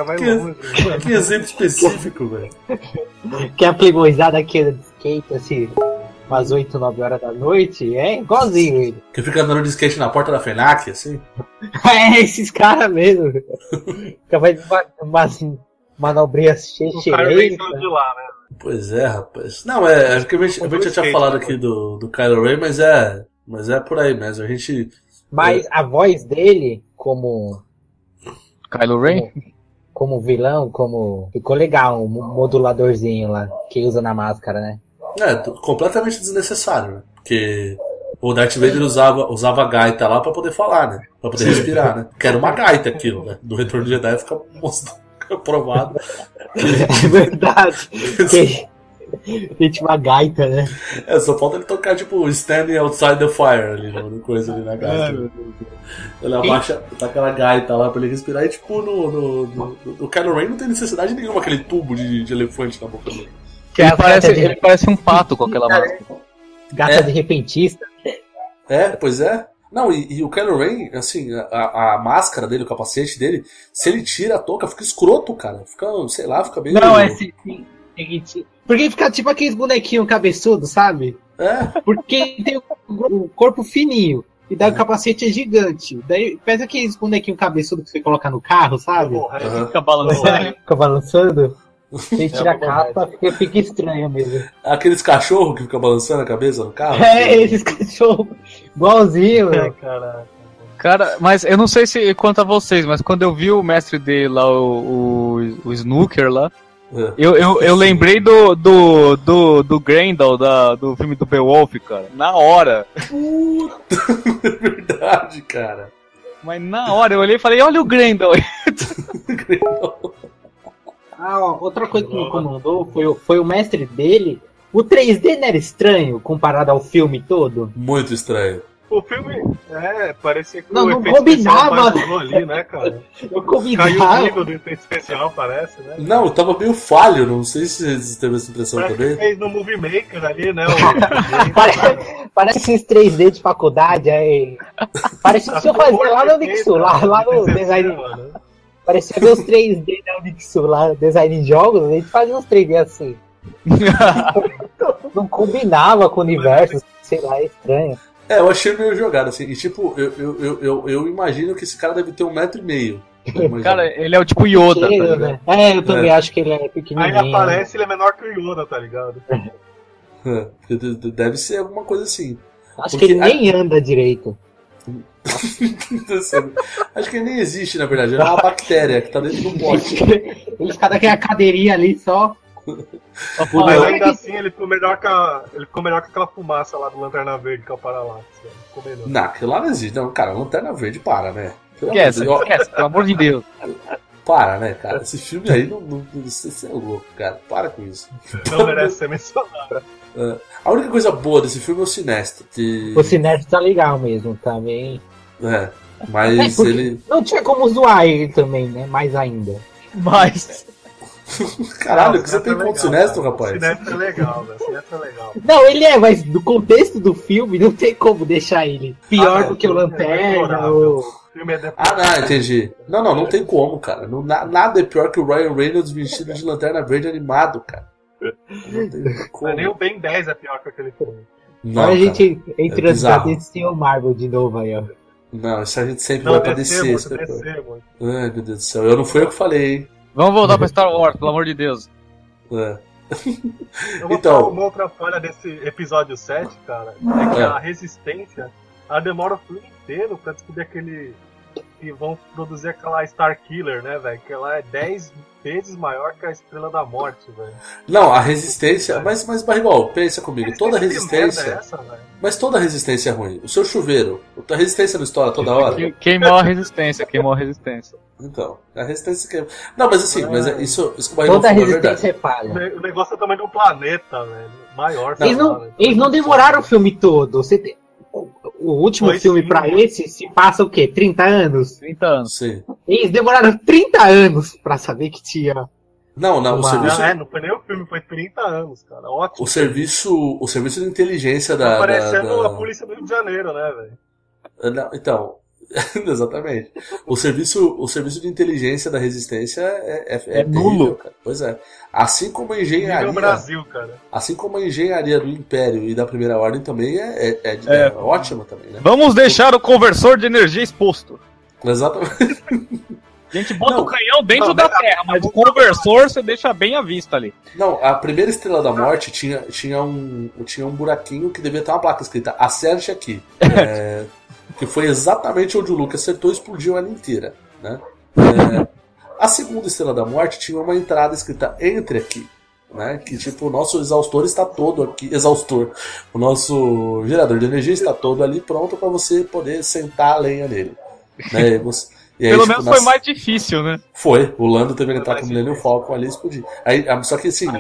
que exemplo específico, velho. Que a playboyzada aqui de skate, assim, umas 8, 9 horas da noite, é igualzinho ele. Que fica andando de skate na porta da FENAC, assim? Esses caras mesmo. Fica umas manobrinhas cheias. de lá, né? Pois é, rapaz. Não, é que a gente já tinha falado aqui do Kylo Ren, mas é por aí mesmo. A gente. Mas a voz dele, como. Kylo Ren? Como vilão, ficou legal, um moduladorzinho lá, que usa na máscara, né? Completamente desnecessário, né? Porque o Darth Vader usava a gaita lá pra poder falar, né? Pra poder respirar, né? Que era uma gaita aquilo, né? Do Retorno de Jedi fica provado. É verdade. Tem tipo uma gaita, né? Só falta ele tocar tipo Standing Outside the Fire ali, coisa ali na gaita. Ele abaixa, tá aquela gaita lá pra ele respirar e tipo no Kylo Ren não tem necessidade nenhuma aquele tubo de elefante na boca dele. Ele parece um pato com aquela máscara. Gata de repentista. Pois é. Não, e o Kylo Ren, assim, a máscara dele, o capacete dele, se ele tira a touca, fica escroto, cara. Fica, sei lá, fica bem... Não, sim. Porque fica tipo aqueles bonequinhos cabeçudos, sabe? Porque tem o corpo fininho. E daí o capacete é gigante. Daí pensa aqueles bonequinhos cabeçudos que você coloca no carro, sabe? Fica balançando. Fica balançando. Você tira a capa, fica estranho mesmo. Aqueles cachorros que ficam balançando a cabeça no carro? Esses cachorros. Igualzinho, velho. Cara, mas eu não sei se quanto a vocês, mas quando eu vi o mestre dele lá, o Snooker lá, eu lembrei do Grendel, do filme do Beowulf, cara. Na hora. Puta, é verdade, cara. Mas na hora eu olhei e falei, olha o Grendel. Outra coisa que me incomodou foi o mestre dele. O 3D não era estranho comparado ao filme todo? Muito estranho. O filme, parecia que não combinava ali, né, cara? Não combinava. Caiu o nível do efeito especial, parece, né? Não, tava meio falho, não sei se vocês teve essa impressão parece também. Que fez no Movie Maker ali, né? Parece esses 3D de faculdade aí. Parece que eu fazia lá no Nixu, lá no design. Parecia ver os 3D da Unixu lá, design de jogos, a gente fazia uns 3D assim. Não combinava com o universo, sei lá, é estranho. Eu achei meio jogado, assim, e tipo, eu imagino que esse cara deve ter 1,5 metro. Cara, ele é o tipo Yoda, tá né? Eu também acho que ele é pequenininho. Aí aparece, ele é menor que o Yoda, tá ligado? Deve ser alguma coisa assim. Acho que ele nem anda direito. Acho que ele nem existe, na verdade. É uma bactéria que tá dentro do pote. Ele fica daquela cadeirinha ali só. Mas ainda assim ele ficou melhor que aquela fumaça lá do Lanterna Verde, que é o Parallax. Não, aquilo lá não existe. Não, cara, Lanterna Verde para, né? Esquece, pelo amor de Deus. Para, né, cara? Esse filme aí não sei se é louco, cara. Para com isso. Não merece ser mencionado. A única coisa boa desse filme é o Sinestro. O Sinestro tá legal mesmo, também. Mas ele... Não tinha como zoar ele também, né? Mais ainda. Mas... Caralho, que você tem ponto Sinestro, rapaz? Sinestro é legal, velho. Sinestro é legal. Não, ele é, mas no contexto do filme não tem como deixar ele pior do que o Lanterna. O filme é não, entendi. Não tem como, cara. Nada é pior que o Ryan Reynolds vestido de Lanterna Verde animado, cara. Não tem como. Nem o Ben 10 é pior que aquele filme. Não, a gente entra é na DC ou Marvel de novo aí, ó. Não, isso a gente sempre vai pra DC. Ai, meu Deus do céu. Não foi eu que falei, hein? Vamos voltar pra Star Wars, pelo amor de Deus. Eu vou falar uma outra falha desse episódio 7, cara. É que a Resistência, ela demora o filme inteiro pra descobrir aquele... que vão produzir aquela Star Killer, né, velho? Que ela é 10 vezes maior que a Estrela da Morte, velho. Não, a Resistência... Mas Barrigol, pensa comigo. Toda Resistência... Mas toda Resistência é ruim. O seu chuveiro, a Resistência não estoura toda hora? Queimou a Resistência. Então, a Resistência queima. Não, mas assim, mas isso que o Barrigol toda falou a Resistência é falha. O negócio é também do planeta, velho. Maior. Eles não demoraram o filme todo. Você tem... O último filme pra esse se passa o quê? 30 anos? 30 anos. Sim. Eles demoraram 30 anos pra saber que tinha... Não, o serviço... Não foi nem o filme, foi 30 anos, cara. Ótimo. O serviço de inteligência da... Tá parecendo a polícia do Rio de Janeiro, né, velho? Então... Exatamente. O serviço de inteligência da Resistência é nulo. Cara. Pois é. Assim como a engenharia. No Brasil, cara. Assim como a engenharia do Império e da Primeira Ordem também é ótima também, né? Vamos deixar o conversor de energia exposto. Exatamente. A gente bota o canhão dentro da Terra, mas o conversor você deixa bem à vista ali. Não, a primeira Estrela da Morte tinha um buraquinho que devia ter uma placa escrita acerte aqui. Que foi exatamente onde o Luke acertou e explodiu ela inteira, né? A segunda Estrela da Morte tinha uma entrada escrita entre aqui, né? Que tipo, o nosso exaustor está todo aqui, o nosso gerador de energia está todo ali pronto para você poder sentar a lenha nele, né? E aí, pelo tipo, menos foi mais difícil, né? Foi, o Lando teve que entrar com o Millennium Falcon ali e explodir. Aí, só que assim,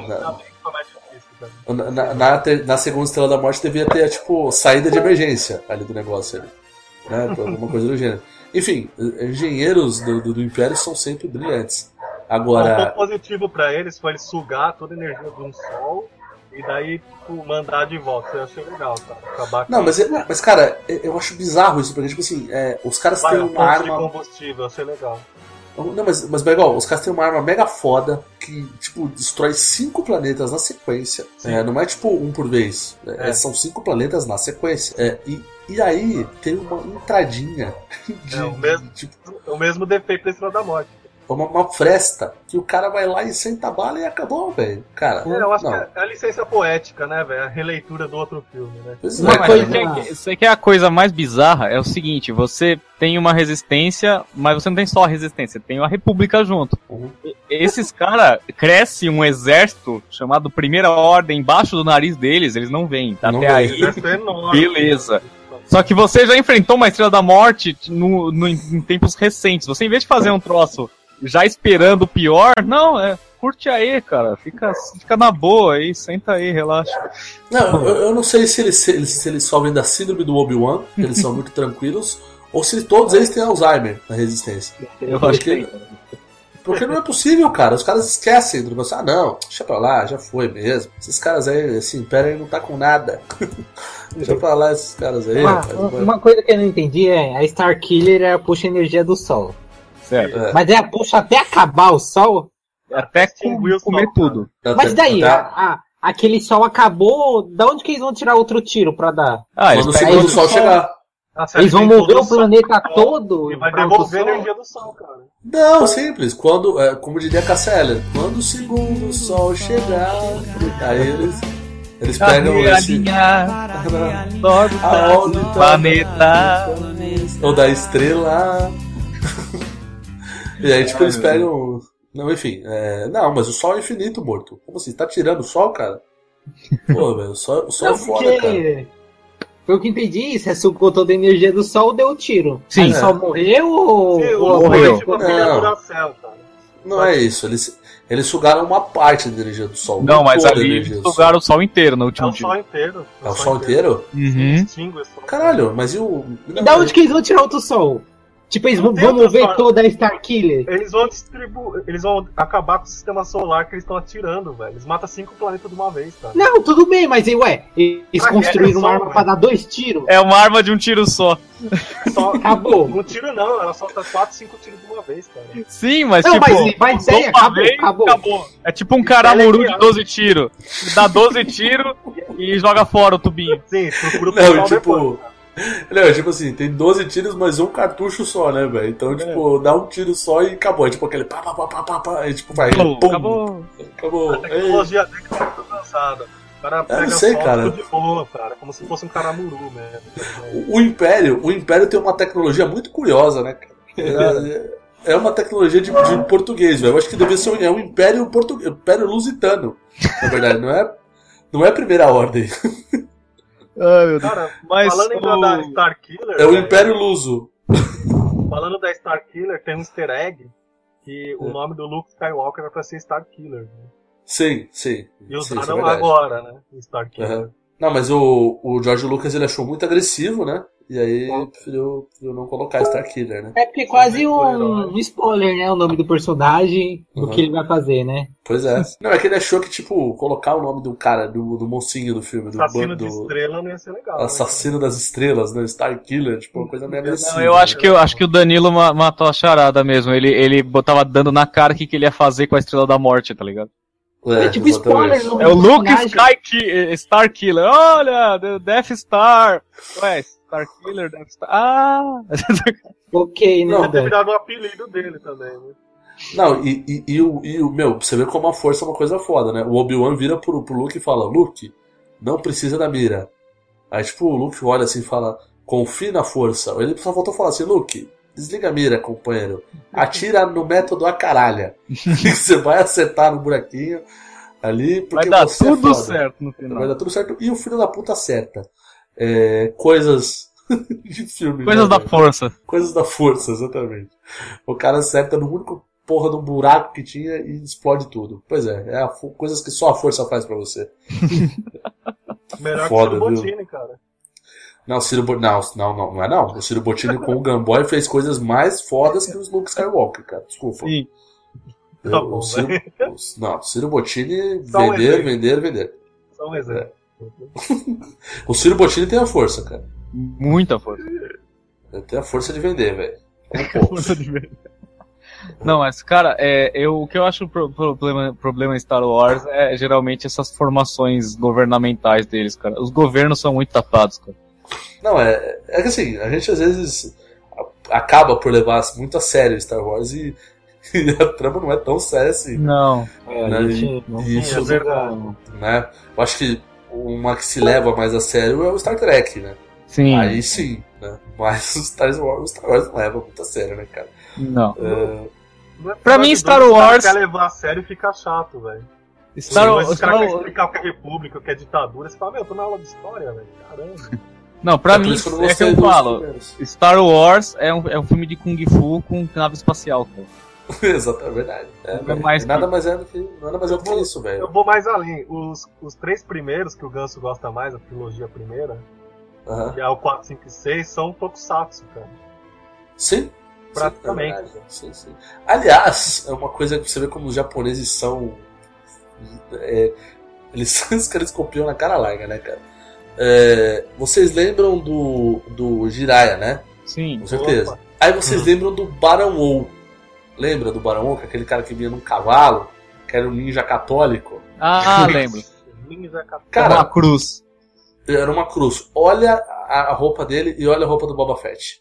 na segunda Estrela da Morte devia ter tipo saída de emergência ali do negócio ali. Né, alguma coisa do gênero. Enfim, engenheiros do Império são sempre brilhantes. Agora... Um ponto positivo pra eles foi eles sugar toda a energia de um sol e daí tipo, mandar de volta. Eu achei legal, tá? Acabar não, mas cara, eu acho bizarro isso, porque tipo assim, os caras têm uma arma... de combustível, eu achei legal. Não, mas igual, os caras têm uma arma mega foda que, tipo, destrói 5 planetas na sequência. Não é tipo um por vez. São 5 planetas na sequência. E aí tem uma entradinha o mesmo defeito da Estrela da Morte. Uma fresta que o cara vai lá e senta a bala e acabou, velho. Cara, eu acho que é a licença poética, né, velho? A releitura do outro filme, né? Você que é a coisa mais bizarra é o seguinte, você tem uma resistência, mas você não tem só a resistência, tem uma república junto. Esses caras cresce um exército chamado Primeira Ordem embaixo do nariz deles, eles não vêm. Tá? Até aí, beleza. Só que você já enfrentou uma Estrela da Morte em tempos recentes. Você, em vez de fazer um troço já esperando o pior, não, curte aí, cara. Fica na boa aí, senta aí, relaxa. Não, eu não sei se eles sofrem da síndrome do Obi-Wan, que eles são muito tranquilos, ou se todos eles têm Alzheimer na Resistência. Eu acho que porque não é possível, cara. Os caras esquecem do negócio. Não, deixa pra lá, já foi mesmo. Esses caras aí, esse Império aí não tá com nada. Deixa pra lá esses caras aí. Uma coisa que eu não entendi é a Star Killer puxa energia do Sol. Certo. Mas ela puxa até acabar o Sol? Até comer tudo. Mas daí, aquele Sol acabou, da onde que eles vão tirar outro tiro pra dar? Quando o segundo Sol chegar. Eles vão mover o planeta todo e vai devolver a energia do Sol, cara. Não, simples. Quando, como diria Casseller, quando o segundo Sol chegar, aí eles pegam esse... a órbita planeta ou da estrela. E aí tipo eles pegam... Não, enfim, não, mas o Sol é infinito, morto. Como assim? Tá tirando o Sol, cara? Pô, velho, o Sol é foda, cara. Foi o que entendi, se sugou toda a energia do Sol, deu o tiro. Sim. Aí só morreu ou morreu? Não é isso, eles sugaram uma parte da energia do Sol. Não, mas ali eles sugaram o Sol inteiro no último tiro. É o Sol inteiro? Uhum. Caralho, mas e o... E da onde que eles vão tirar outro Sol? Tipo, eles Não vão tem outra mover forma. toda a Starkiller. Eles vão acabar com o sistema solar que eles estão atirando, velho. Eles matam 5 planetas de uma vez, cara. Não, tudo bem, mas eles construíram uma arma pra dar 2 tiros. É uma arma de um tiro só. Só, Acabou. Um tiro não, ela solta 4, 5 tiros de uma vez, cara. Sim, mas Não, tipo... mas usou ideia, uma acabou. vez, É tipo um caramuru de 12 tiros. Dá 12 tiros e joga fora o tubinho. Sim, procura o Não, pessoal tipo... depois. Não, tipo assim, tem 12 tiros, mas um cartucho só, né, velho? Então, tipo, dá um tiro só e acabou. É tipo aquele pá, aí tipo, vai, Acabou, pum. acabou. A tecnologia dele tá muito avançada. O cara pega não sei, só cara. tudo de boa, cara. Como se fosse um caramuru mesmo. O Império tem uma tecnologia muito curiosa, né, cara? É uma tecnologia de português, velho. Eu acho que deve ser um Império português, Império lusitano. Na verdade, não é a primeira ordem. Ai, meu Deus. Cara, Mas falando ainda da Starkiller... É o Império Luso. Falando da Starkiller, tem um easter egg que o nome do Luke Skywalker vai pra ser Starkiller. Né? Sim. E Sim, usaram isso é verdade. agora, né? Starkiller. Uhum. Não, mas o George Lucas ele achou muito agressivo, né? E aí preferiu não colocar Starkiller, né? É porque é quase um spoiler, né? O nome do personagem, do que ele vai fazer, né? Pois é. Não, é que ele achou que, tipo, colocar o nome do cara, do mocinho do filme, Assassino de estrela não ia ser legal. Assassino das Estrelas, né? Starkiller, tipo, uma coisa meio agressiva. Não, eu acho que o Danilo matou a charada mesmo. Ele botava dando na cara o que ele ia fazer com a Estrela da Morte, tá ligado? É tipo spoiler, não é o Luke Starkiller. Olha, the Death Star. Ué, Starkiller, Death Star. Ah! Ok, né? Deve ter virado o apelido dele também, né? Não, e o meu, você vê como a força é uma coisa foda, né? O Obi-Wan vira pro Luke e fala: Luke, não precisa da mira. Aí, tipo, o Luke olha assim e fala: confie na força. Ele só voltou a falar assim: Luke, desliga a mira, companheiro. Atira no método a caralha. Você vai acertar no buraquinho ali, porque vai dar você tudo é foda. certo no final. Vai dar tudo certo. E o filho da puta acerta. Coisas de filme. Coisas da força. Coisas da força, exatamente. O cara acerta no único porra do buraco que tinha e explode tudo. Pois é coisas que só a força faz pra você. Melhor foda, que o Ciro Bottini, cara. Não, não é não. O Ciro Bottini com o Gamboy fez coisas mais fodas que os Luke Skywalker, cara. Desculpa. Sim. Tá bom, o Ciro Bottini Só vender. Só um exemplo. O Ciro Bottini tem a força, cara. Muita força. Ele tem a força de vender, velho. Força de vender. Não, mas, cara, o que eu acho problema em Star Wars é geralmente essas formações governamentais deles, cara. Os governos são muito tapados, cara. Não, é que assim, a gente às vezes acaba por levar muito a sério Star Wars e a trama não é tão séria assim. Não. Isso é verdade. Né? Eu acho que uma que se leva mais a sério é o Star Trek, né? Sim. Aí sim, né? Mas o Star Wars não leva muito a sério, né, cara? Não. Não é Pra mim, Star Wars... Quer levar a sério e fica chato, velho. Star Wars... Os caras querem explicar o que é república, o que é ditadura. Você fala, meu, eu tô na aula de história, velho. Caramba. Não, pra mim, é que eu falo. Star Wars é um filme de Kung Fu com nave espacial, cara. Exato, é verdade. Nada mais é do que isso, velho. Eu vou mais além. Os 3 primeiros, que o Ganso gosta mais, a trilogia primeira, que é o 4, 5 e 6, são tokusatsu, cara. Sim. Praticamente. Sim. Aliás, é uma coisa que você vê como os japoneses são. Eles copiam na cara larga, né, cara? Vocês lembram do Jiraiya, né? Sim. Com certeza. Opa. Aí vocês lembram do Barão Ou. Lembra do Barão Ou? Que é aquele cara que vinha num cavalo, que era um ninja católico. Ah, lembro. Ninja católico. Cara, uma cruz. Era uma cruz. Olha a roupa dele e olha a roupa do Boba Fett.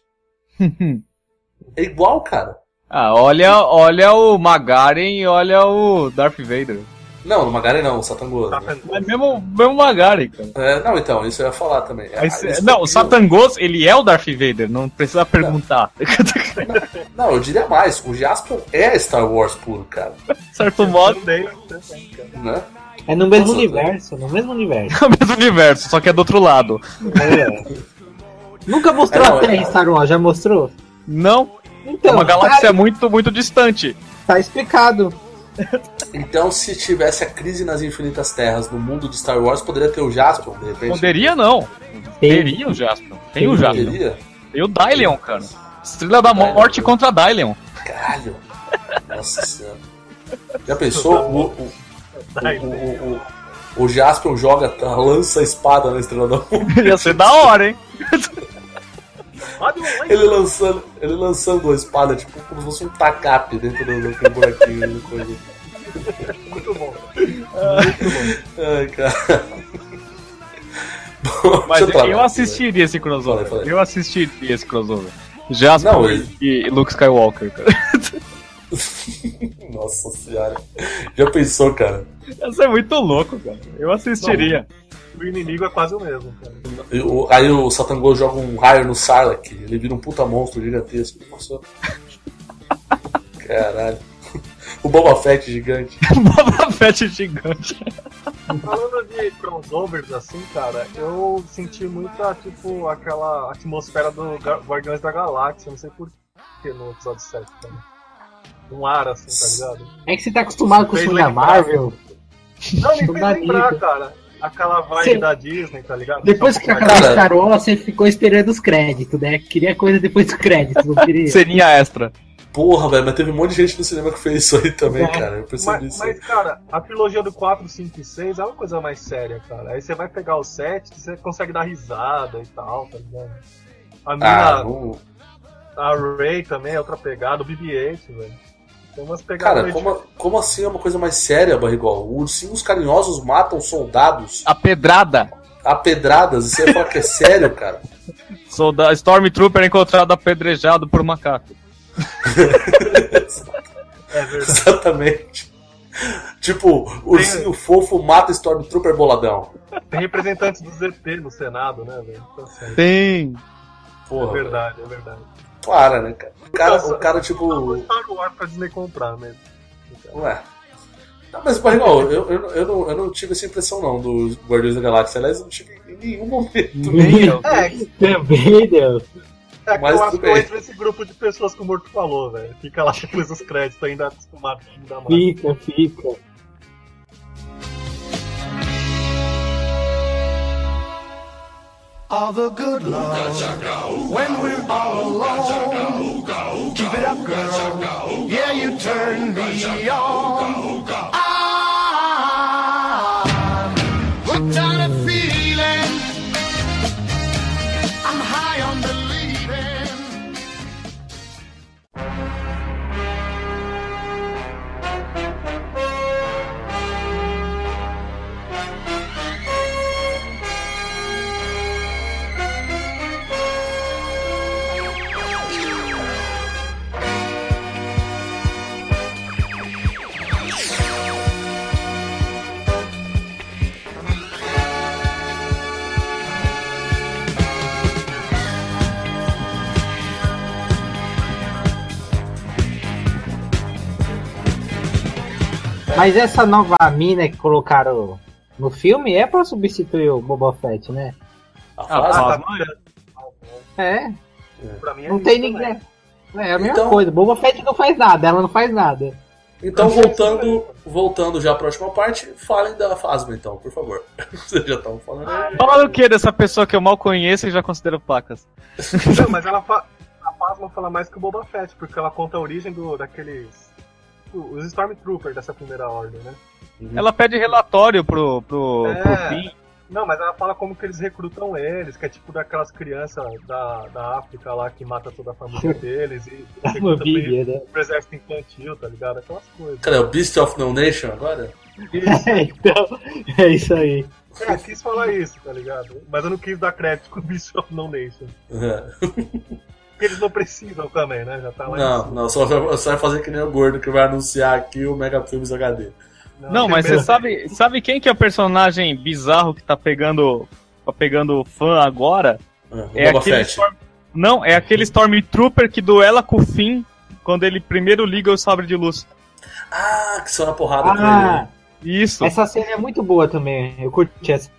É igual, cara. Ah, olha o Magaren e olha o Darth Vader. Não, no Magaren não, o Satangos. É mesmo Magaren, cara. Não, então, isso eu ia falar também. O Satangos, ele é o Darth Vader, não precisa perguntar. Não, eu diria mais, o Jaspion é Star Wars puro, cara. Certo modo. Né? É no mesmo universo, no mesmo universo. É no mesmo universo, só que é do outro lado. Nunca mostrou a Terra em Star Wars, já mostrou? Não. Então, é uma galáxia muito, muito distante. Tá explicado. Então, se tivesse a crise nas infinitas terras no mundo de Star Wars, poderia ter o Jaspion, de repente? Poderia não. Teria o Jaspion. Tem o Jaspion. Teria? Tem o Dylion, cara. Estrela da Morte contra a Dylion. Caralho. Nossa senhora. Já pensou? O Jaspion lança a espada na Estrela da Morte. Ia ser da hora, hein? Ele lançando a espada, tipo, como se fosse um tacape dentro daquele buraquinho. Coisa. Muito bom. Ai, cara. Bom, mas eu assistiria esse crossover. Eu assistiria esse crossover. Jasper e Luke Skywalker, cara. Nossa senhora. Já pensou, cara? Ia ser muito louco, cara. Eu assistiria. O inimigo é quase o mesmo, cara. Aí o Satangô joga um raio no Sarlacc. Ele vira um puta monstro gigantesco. Nossa. Caralho. O Boba Fett gigante. Boba Fett gigante. Falando de crossovers assim, cara, eu senti muita, tipo, aquela atmosfera do Guardiões da Galáxia, não sei por que no episódio 7, cara. Um ar assim, tá ligado? É que você tá acostumado com o filme da Marvel. Não, me fez lembrar, cara. Aquela vibe da Disney, tá ligado? Depois que acabou Star Wars, você ficou esperando os créditos, né? Queria coisa depois dos créditos, não queria? Seria extra. Porra, velho, mas teve um monte de gente no cinema que fez isso aí também, cara. Eu percebi isso. Mas, cara, a trilogia do 4, 5 e 6 é uma coisa mais séria, cara. Aí você vai pegar o 7, você consegue dar risada e tal, tá ligado? A mina. A Rey também é outra pegada, o BB-8, velho. Tem umas pegadas. Cara, como assim é uma coisa mais séria, Barrigol? Ursinhos carinhosos matam soldados. A pedradas, e você fala que é sério, cara? Stormtrooper encontrado apedrejado por macaco. É verdade. Exatamente. Tipo, ursinho fofo mata Stormtrooper boladão. Tem representantes do ZT no Senado, né, velho? Tem. Porra, é verdade. Para, né, cara? O cara tipo. Star Wars pra Disney comprar mesmo. Ué. Não, mas, Barrigol, eu não tive essa impressão não dos Guardiões da Galáxia. Aliás, eu não tive em nenhum momento. Também, Deus. É que eu acho que eu entro nesse grupo de pessoas que o Morto falou, velho. Fica lá depois dos créditos, ainda acostumado a me dar mais. Fica. All the good love when we're all alone. Keep it up, girl. Yeah, you turn me on. I'm hooked on a feeling. I'm high on believing. Mas essa nova mina que colocaram no filme é pra substituir o Boba Fett, né? Pra mim não tem ninguém. É a mesma coisa. Boba Fett não faz nada, ela não faz nada. Então, voltando já à próxima parte, falem da Phasma, então, por favor. Vocês já estão falando aí. Fala o que dessa pessoa que eu mal conheço e já considero pacas? Não, mas a Phasma fala mais que o Boba Fett, porque ela conta a origem daqueles... Os Stormtroopers dessa primeira ordem, né? Ela pede relatório pro fim. Não, mas ela fala como que eles recrutam eles, que é tipo daquelas crianças da África lá que mata toda a família deles e recruta pro exército infantil, tá ligado? Aquelas coisas. Cara, é o Beast of No Nation agora? Então, é isso aí. Eu quis falar isso, tá ligado? Mas eu não quis dar crédito com o Beast of No Nation. Porque eles não precisam também, né? Já tá lá não, só vai fazer que nem o gordo que vai anunciar aqui o Mega Filmes HD. Não, mas você sabe quem que é o personagem bizarro que tá pegando fã agora? É aquele Não, é aquele Stormtrooper que duela com o Finn quando ele primeiro liga o sabre de luz. Ah, que só na porrada com ele. Isso. Essa cena é muito boa também. Eu curti essa.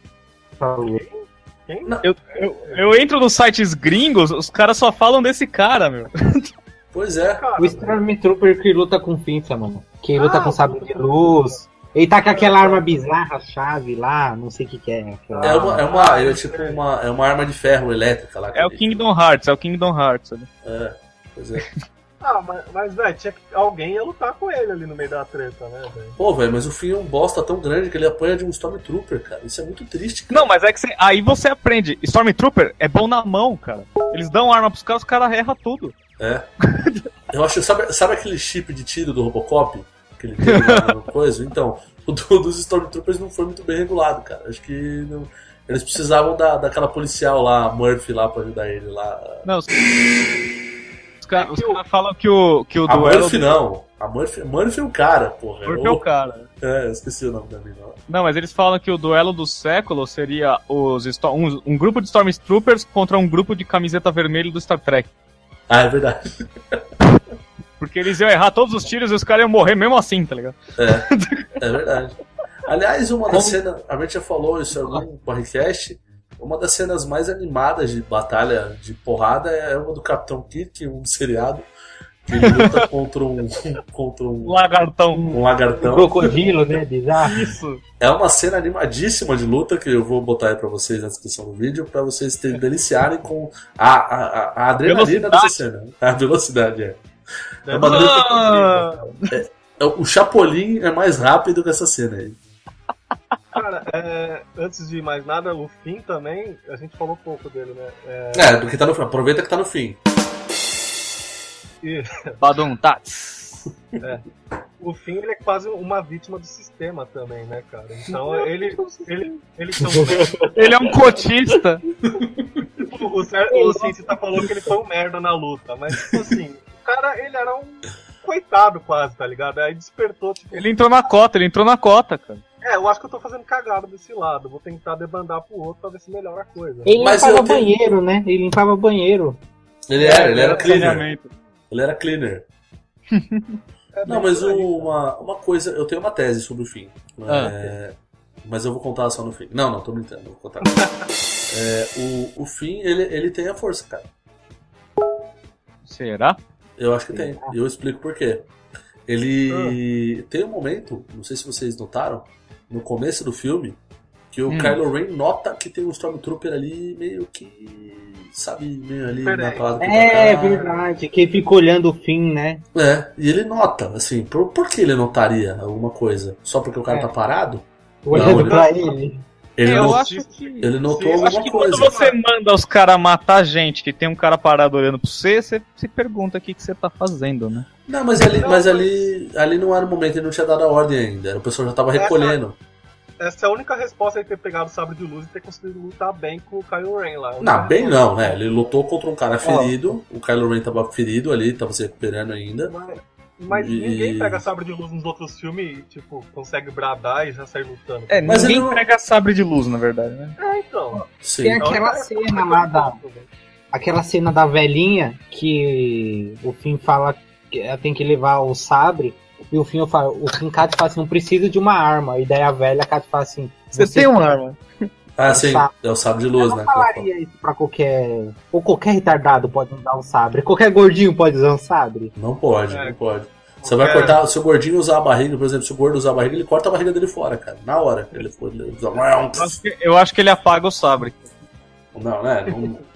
Eu entro nos sites gringos, os caras só falam desse cara, meu. Pois é. O Stormtrooper que luta com pinça, mano. Que luta com sabre de luz. Ele tá com aquela arma bizarra, chave lá, não sei o que é. É uma arma de ferro elétrica lá. É o Kingdom Hearts, É. Pois é. Mas velho, tinha que alguém ia lutar com ele ali no meio da treta, né, velho? Pô, velho, mas o Finn é um bosta tão grande que ele apanha de um Stormtrooper, cara. Isso é muito triste, cara. Não, mas é que aí você aprende. Stormtrooper é bom na mão, cara. Eles dão arma pros caras, os caras erram tudo. É. Eu acho, sabe aquele chip de tiro do Robocop? Que ele tem lá no coisa? Então, o dos Stormtroopers não foi muito bem regulado, cara. Acho que não, eles precisavam daquela policial lá, Murphy, lá, pra ajudar ele lá. Não, os caras falam que o a duelo... Murphy não. A Murphy é o cara, porra. Murphy é o cara. É, eu esqueci o nome da mina. Não, mas eles falam que o duelo do século seria um grupo de Stormtroopers contra um grupo de camiseta vermelha do Star Trek. Ah, é verdade. Porque eles iam errar todos os tiros e os caras iam morrer mesmo assim, tá ligado? É verdade. Aliás, uma das cenas, a gente já falou isso em algum podcast, uma das cenas mais animadas de batalha de porrada é uma do Capitão Kirk, um seriado, que ele luta contra um lagartão. Um lagartão. Um crocodilo, né? Bizarro. Isso. É uma cena animadíssima de luta que eu vou botar aí pra vocês na descrição do vídeo, pra vocês deliciarem com a adrenalina dessa cena. A velocidade, é. É uma luta. O Chapolin é mais rápido que essa cena aí. Cara, antes de mais nada, o Finn também, a gente falou pouco dele, né? Do que tá no fim. Aproveita que tá no fim. Badum, tats. O Finn, ele é quase uma vítima do sistema também, né, cara? Então ele é um cotista. O cientista falou que ele foi um merda na luta, mas tipo assim, o cara, ele era um coitado quase, tá ligado? Aí despertou, tipo... Ele entrou na cota, cara. Eu acho que eu tô fazendo cagada desse lado. Vou tentar debandar pro outro pra ver se melhora a coisa. Ele limpava banheiro, né? Ele limpava banheiro. Ele era cleaner. Ele era cleaner. Não, mas uma coisa... Eu tenho uma tese sobre o Finn. Mas eu vou contar só no fim. Não, tô brincando. Vou contar. O Finn, ele tem a força, cara. Será? Eu acho que tem. E eu explico por quê. Ele tem um momento, não sei se vocês notaram, no começo do filme, que o Kylo Ren nota que tem um Stormtrooper ali meio que... Sabe, meio ali na parada. É verdade, que ele fica olhando o Finn, né? E ele nota, assim, por que ele notaria alguma coisa? Só porque o cara tá parado? Olhando pra ele. Ele notou alguma acho que coisa. Quando você manda os caras matar gente, que tem um cara parado olhando pra você se pergunta o que você tá fazendo, né? Não, mas ali não era o momento, ele não tinha dado a ordem ainda. O pessoal já tava recolhendo. Essa é a única resposta, ele ter pegado o sabre de luz e ter conseguido lutar bem com o Kylo Ren lá. Não, bem não, né? Ele lutou contra um cara ferido, o Kylo Ren tava ferido ali, tava se recuperando ainda. Mas ninguém pega sabre de luz nos outros filmes e, tipo, consegue bradar e já sair lutando. Mas ninguém pega sabre de luz, na verdade, né? Então. Sim. Tem aquela cena lá aquela cena da velhinha que o Finn fala que ela tem que levar o sabre e o Finn fala assim, não preciso de uma arma. E daí a velha fala assim, você tem uma arma. Sim, é o sabre de luz, eu né? não falaria isso pra qualquer retardado pode usar um sabre. Qualquer gordinho pode usar um sabre. Não pode. Você vai cortar, se o gordinho usar a barriga, por exemplo, se o gordo usar a barriga, ele corta a barriga dele fora, cara. Na hora. Eu acho que ele apaga o sabre. Não, né?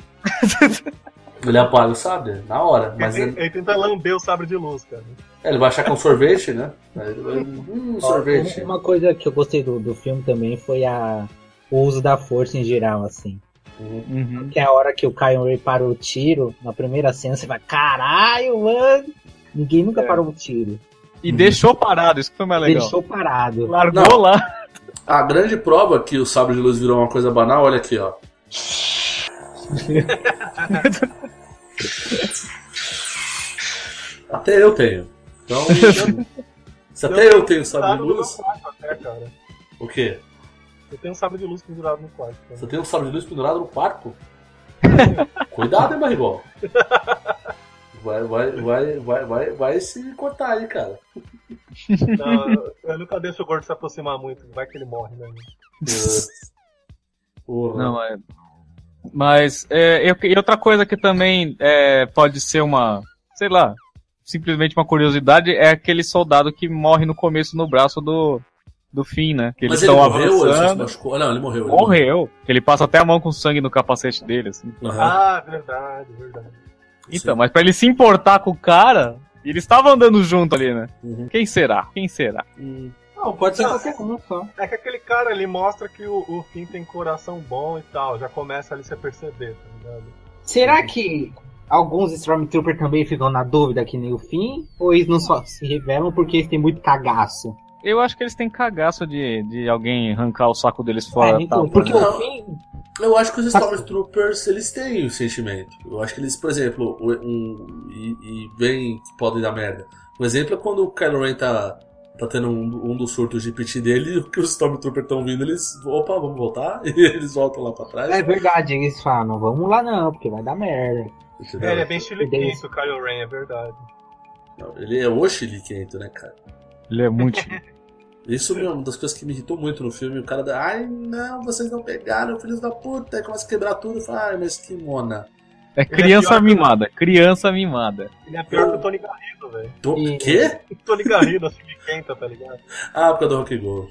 Ele apaga o sabre na hora. Mas ele tenta lamber o sabre de luz, cara. Ele vai achar que é um sorvete, né? Sorvete. Uma coisa que eu gostei do filme também foi o uso da força em geral, assim. Que é a hora que o Kylo Ren parou o tiro, na primeira cena, você vai, caralho, mano! Ninguém nunca parou um tiro. E deixou parado, isso que foi mais legal. Deixou parado. Largou lá. A grande prova que o sabre de luz virou uma coisa banal, olha aqui, ó. Até eu tenho. Então, se até eu tenho sabre de luz... O quê? Eu tenho um sabre de luz pendurado no quarto. Cara. Você tem um sabre de luz pendurado no quarto? Cuidado, hein, barrigol. Vai se cortar aí, cara. Não, eu nunca deixo o gordo se aproximar muito. Vai que ele morre, né? Não, mas e outra coisa que também pode ser uma, sei lá, simplesmente uma curiosidade, é aquele soldado que morre no começo no braço do Finn, né? Que mas eles ele estão morreu? avançando. Não, ele morreu. Morreu. Ele passa até a mão com sangue no capacete dele, assim. Ah, verdade. Então, mas pra ele se importar com o cara, eles estavam andando junto ali, né? Quem será? Não, pode ser qualquer um só. É que aquele cara, ele mostra que o Finn tem coração bom e tal, já começa ali a se perceber, tá ligado? Será que alguns Stormtroopers também ficam na dúvida que nem o Finn? Ou eles não só se revelam porque eles têm muito cagaço? Eu acho que eles têm cagaço de alguém arrancar o saco deles fora. Então, porque o Finn... Eu acho que os Stormtroopers, eles têm o sentimento. Eu acho que eles, por exemplo, podem dar merda. Um exemplo é quando o Kylo Ren tá tendo um dos surtos de PT dele, que os Stormtroopers estão vindo, eles... Opa, vamos voltar? E eles voltam lá pra trás. É verdade, eles falam, não vamos lá não, porque vai dar merda. Ele é bem chiliquento, o Kylo Ren, é verdade. Não, ele é o chiliquento, né, cara? Ele é muito... Isso é uma das coisas que me irritou muito no filme. O cara da, ai não, vocês não pegaram, filhos da puta. Aí começa a quebrar tudo e fala, ai, mas que mona. É criança mimada, criança mimada. Ele é pior que o Tony Garrido, velho. Quê? Tony Garrido, assim, de quenta, tá ligado? Ah, por causa do Rock Go.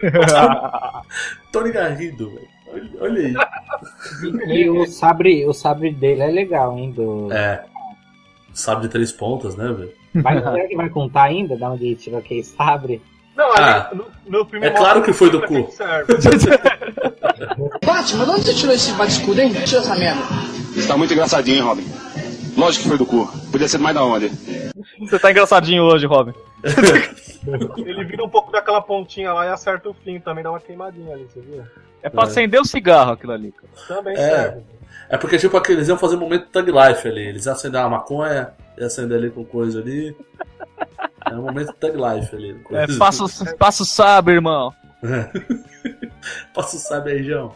Tony Garrido, velho. Olha aí. E o sabre dele é legal, hein? Sabre de 3 pontas, né, velho? Será que vai contar ainda? Da onde ele tirou aquele sabre? Não, ali, no filme... É claro que foi do cu. Batman, de onde você tirou esse bate-escudo, hein? Tira essa merda. Você tá muito engraçadinho, hein, Robin? Lógico que foi do cu. Podia ser mais da onde? Você tá engraçadinho hoje, Robin. Ele vira um pouco daquela pontinha lá e acerta o fim. Também dá uma queimadinha ali, você viu? É pra acender o cigarro aquilo ali, cara. Também serve. É porque, tipo, eles iam fazer um momento Thug Life ali. Eles iam acender uma maconha, iam acender ali com coisa ali. É um momento Thug Life ali. Passa o sabre, irmão. Passa o sabre aí, João.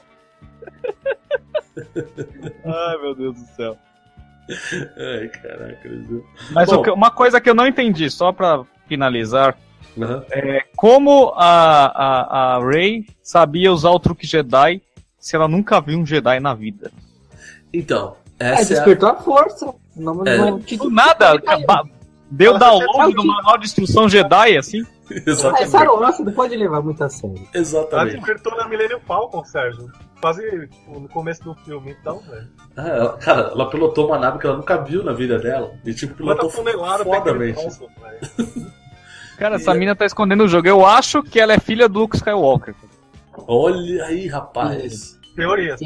Ai, meu Deus do céu. Ai, caraca. Mas uma coisa que eu não entendi, só pra finalizar, é como a Rey sabia usar o truque Jedi se ela nunca viu um Jedi na vida. Então, despertou a força. Do nada, deu download do manual de instrução Jedi, assim. Exatamente. Essa nossa não pode levar muito a sério. Exatamente. Ela despertou na Millennium Falcon, Sérgio. Quase no começo do filme, então, velho. Ela pilotou uma nave que ela nunca viu na vida dela. E tipo, pilotou fodamente. Cara, essa mina tá escondendo o jogo. Eu acho que ela é filha do Luke Skywalker. Olha aí, rapaz. Teorias.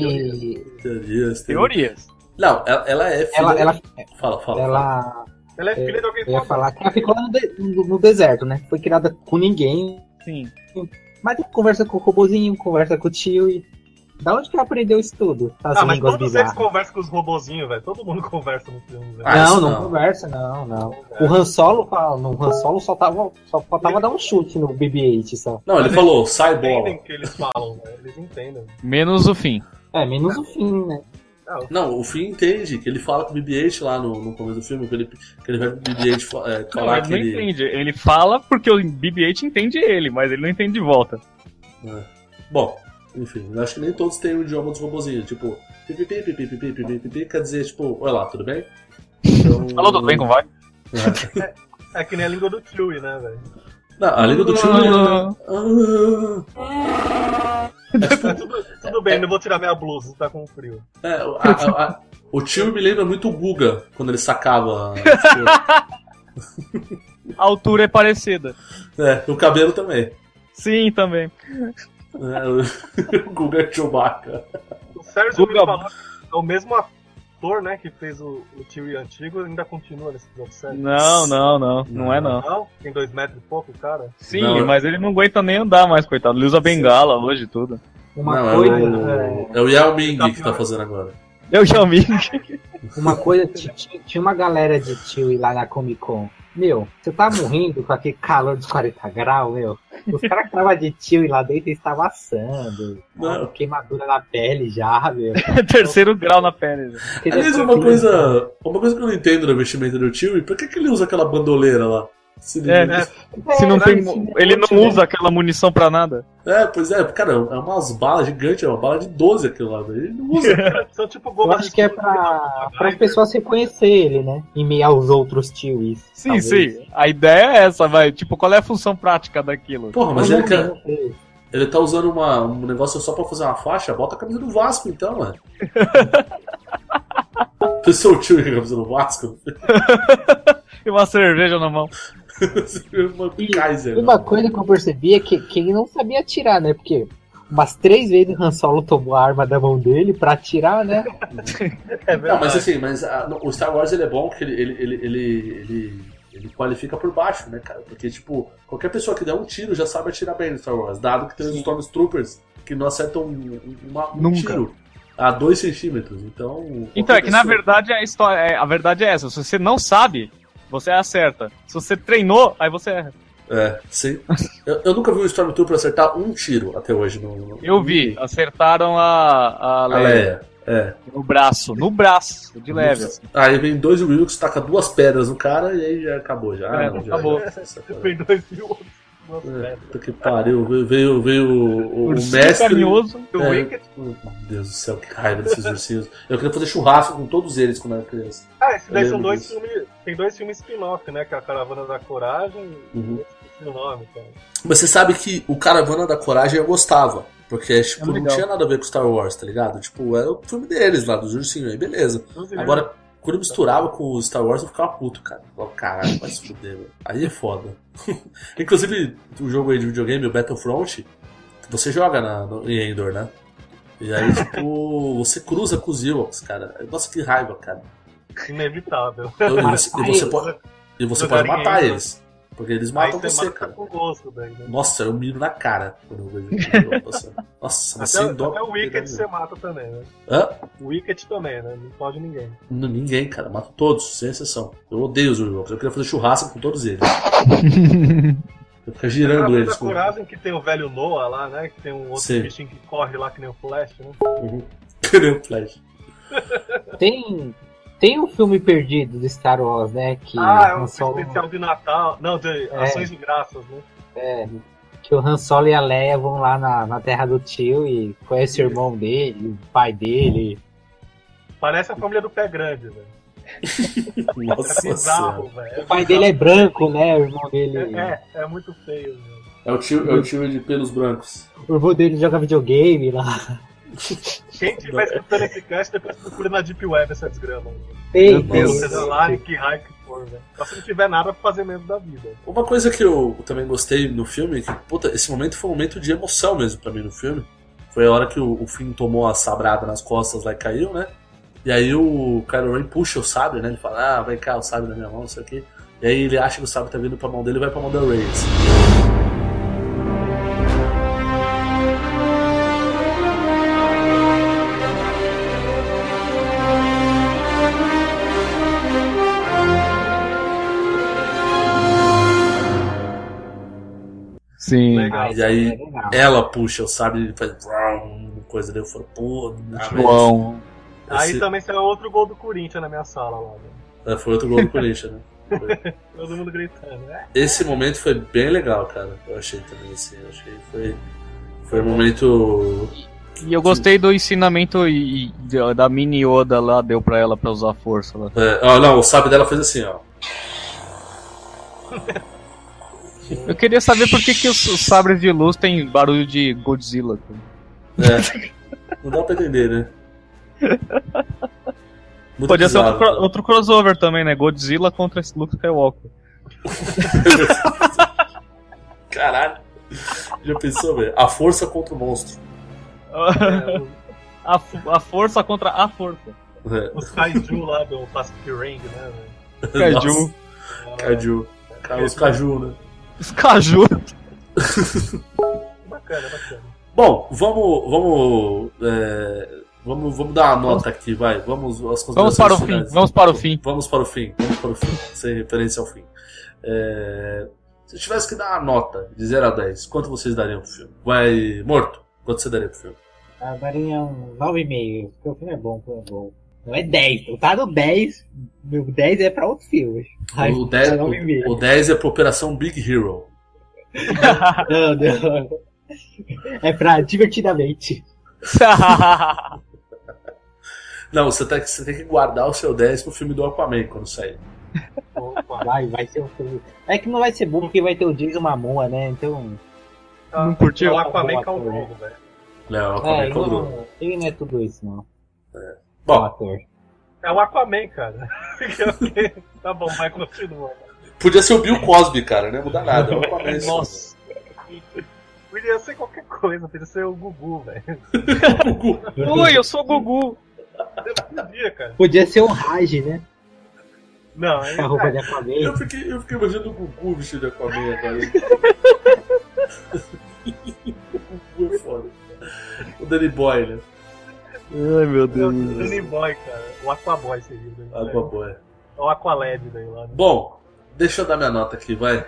Não, ela é filha... Fala. Ela é filha de alguém. Eu ia falar que ela ficou no deserto, né? Foi criada com ninguém. Sim. Mas conversa com o robozinho, conversa com o tio e... Da onde que ela aprendeu isso tudo? Mas todos eles conversam com os robozinhos, velho. Todo mundo conversa no filme, velho. Não conversa, não. O Han Solo fala, no Han Solo só faltava dar um chute no BB-8 só. Não, ele falou, sai bola. Eles entendem o que eles falam, velho. Eles entendem. Menos o fim. Menos o fim, né? Não, o Finn entende, que ele fala com o BB-8 lá no começo do filme, que ele vai pro BB-8 falar que ele... Não entende, ele fala porque o BB-8 entende ele, mas ele não entende de volta. Bom, enfim, eu acho que nem todos têm o idioma dos robozinhos, tipo, pipipi, quer dizer, tipo, olha lá, tudo bem? Então, falou, tudo bem, como vai? É que nem a língua do Chewie, né, velho? Não, a língua do Chewie... Tudo bem, não vou tirar minha blusa, tá com frio. O Chewie me lembra muito o Guga, quando ele sacava. A altura é parecida. O cabelo também. Sim, também. O Guga é Chewbacca. O Sérgio me falou que é o mesmo ator, né, que fez o Chewie antigo, ainda continua nesse episódio. Não é não. Não? Tem 2 metros e pouco, cara? Sim, mas ele não aguenta nem andar mais, coitado. Ele usa bengala hoje e tudo. É o Yao Ming que tá fazendo agora. É o Yao Ming. Uma coisa, tinha uma galera de Chewie lá na Comic Con. Meu, você tá morrendo com aquele calor dos 40 graus, meu. Os caras que estavam de Chewie lá dentro estavam assando. Queimadura na pele já, meu. 3º grau na pele. Aliás, uma coisa que eu não entendo no vestimento do Chewie, por que ele usa aquela bandoleira lá? Se não tem, ele não usa aquela munição pra nada. Pois é, cara, é umas balas gigantes, é uma bala de 12 aquilo lá, ele não usa. São tipo eu acho que é pra as pessoas reconhecerem ele, né? Em meio aos outros Chewies. Sim, sim. A ideia é essa, vai. Tipo, qual é a função prática daquilo? Porra, mas ele tá usando um negócio só pra fazer uma faixa, bota a camisa do Vasco então, mano. Pensou o tio que camisa do Vasco? E uma cerveja na mão. Kaiser. Uma coisa que eu percebi é que ele não sabia atirar, né? Porque umas 3 vezes o Han Solo tomou a arma da mão dele pra atirar, né? Não, mas assim, o Star Wars ele é bom porque ele qualifica por baixo, né, cara? Porque, tipo, qualquer pessoa que der um tiro já sabe atirar bem no Star Wars. Dado que tem os Stormtroopers que não acertam um tiro a 2 centímetros. Então é que na verdade a verdade é essa. Se você não sabe, você acerta. Se você treinou, aí você erra. Sim. Eu nunca vi um Stormtrooper acertar um tiro até hoje. Eu vi. Acertaram a Leia. No braço, de leve. Assim. Aí vem 2 Wilkes, taca 2 pedras no cara e aí já acabou. Acabou. Vem 2 Wilkes. Puta que pariu, veio o mestre. Carinhoso, Meu Deus do céu, que raiva desses ursinhos. Eu queria fazer churrasco com todos eles quando eu era criança. Esses daí são 2 filmes. Tem 2 filmes spin-off, né? Que é a Caravana da Coragem e o nome, cara. Mas você sabe que o Caravana da Coragem eu gostava. Porque tipo, não tinha nada a ver com Star Wars, tá ligado? Tipo, era o filme deles lá, dos ursinhos aí, beleza. Agora, quando eu misturava com o Star Wars, eu ficava puto, cara. Caralho, vai se fuder, velho. Aí é foda. Inclusive, o jogo aí de videogame, o Battlefront, você joga em Endor, né? E aí, tipo, você cruza com os Ewoks, cara. Nossa, que raiva, cara. Inevitável. E você pode matar eles. Porque eles matam você, cara. Com gosto, daí, né? Nossa, eu miro na cara quando eu vejo o jogo passando. Nossa, mas sem dó. Até o Wicked você mata também, né? O Wicked também, né? Não pode ninguém. Ninguém, cara. Mato todos, sem exceção. Eu odeio os Ewoks. Eu queria fazer churrasco com todos eles. Eu fico girando eles. A Coragem que tem o velho Noah lá, né? Que tem um outro bichinho que corre lá que nem o Flash, né? Que nem o Flash. Tem um filme perdido de Star Wars, né? Que é um especial de Natal. Não, de Ações de Graças, né? Que o Han Solo e a Leia vão lá na terra do tio e conhece o irmão dele, o pai dele. Parece a família do Pé Grande, velho. Nossa, é bizarro, velho. O pai dele é branco, né? O irmão dele. É muito feio, velho. É o tio de pelos brancos. O irmão dele joga videogame lá. Quem estiver escutando esse cast, depois procura na Deep Web essa desgrama. Meu Deus. Que raio que for, velho. Só se não tiver nada pra fazer mesmo da vida. Uma coisa que eu também gostei no filme, que, puta, esse momento foi um momento de emoção mesmo pra mim no filme. Foi a hora que o Finn tomou a sabrada nas costas lá e caiu, né? E aí o Kylo Ren puxa o sabre, né? Ele fala, vem cá, o sabre na minha mão, não sei o quê. E aí ele acha que o sabre tá vindo pra mão dele e vai pra mão da Rey. Sim. Legal, e aí ela puxa o sabre e faz coisa dele. Eu falo, pô, João. Aí também saiu outro gol do Corinthians na minha sala lá. Né? Foi outro gol do Corinthians, né? Todo mundo gritando, né? Esse momento foi bem legal, cara. Eu achei também assim. Foi um momento. E eu gostei do ensinamento da mini Yoda lá, deu pra ela pra usar a força lá. Não, o sabre dela fez assim, ó. Eu queria saber por que os sabres de luz tem barulho de Godzilla. Não dá pra entender, né? Muito Podia bizarro, ser outro crossover também, né? Godzilla contra Luke Skywalker. Caralho. Já pensou, velho? A força contra o monstro. A força contra a força. Os Kaiju lá do Pacific Ring, né? Kaiju. Os Caju, né? Os Caju. Bacana. Bom, vamos dar uma nota aqui, vai. Vamos para o fim. Vamos para o fim, sem referência ao fim. Se tivesse que dar uma nota de 0 a 10, quanto vocês dariam pro filme? Vai, Morto, quanto você daria pro filme? Eu daria um 9,5, porque o filme é bom. Não é 10, eu tá no 10, meu 10 é pra outro filme. O 10 é pra Operação Big Hero. Não. É pra divertidamente. Não, você tem que guardar o seu 10 pro filme do Aquaman quando sair. Vai ser um filme. É que não vai ser bom porque vai ter o Jason Momoa, né? Então. Não curtiu? O Aquaman que é o jogo, velho. Não, o Aquaman que é o jogo. Ele não é tudo isso, não. Bom, É o Aquaman, cara. Tá bom, vai continuar. Podia ser o Bill Cosby, cara, não ia mudar nada. É o Aquaman. Nossa. Podia ser qualquer coisa, podia ser o Gugu, velho. Oi, eu sou o Gugu. Podia, cara. Podia ser o Raj, né? Não, A roupa de Aquaman. Eu fiquei imaginando o Gugu vestido de Aquaman agora. O Gugu é foda. O Danny Boy, né? Ai, meu Deus. O Danny Boy, cara. O Aquaboy seria. Aquaboy. É o Aqualed daí lá. Né? Bom, deixa eu dar minha nota aqui, vai.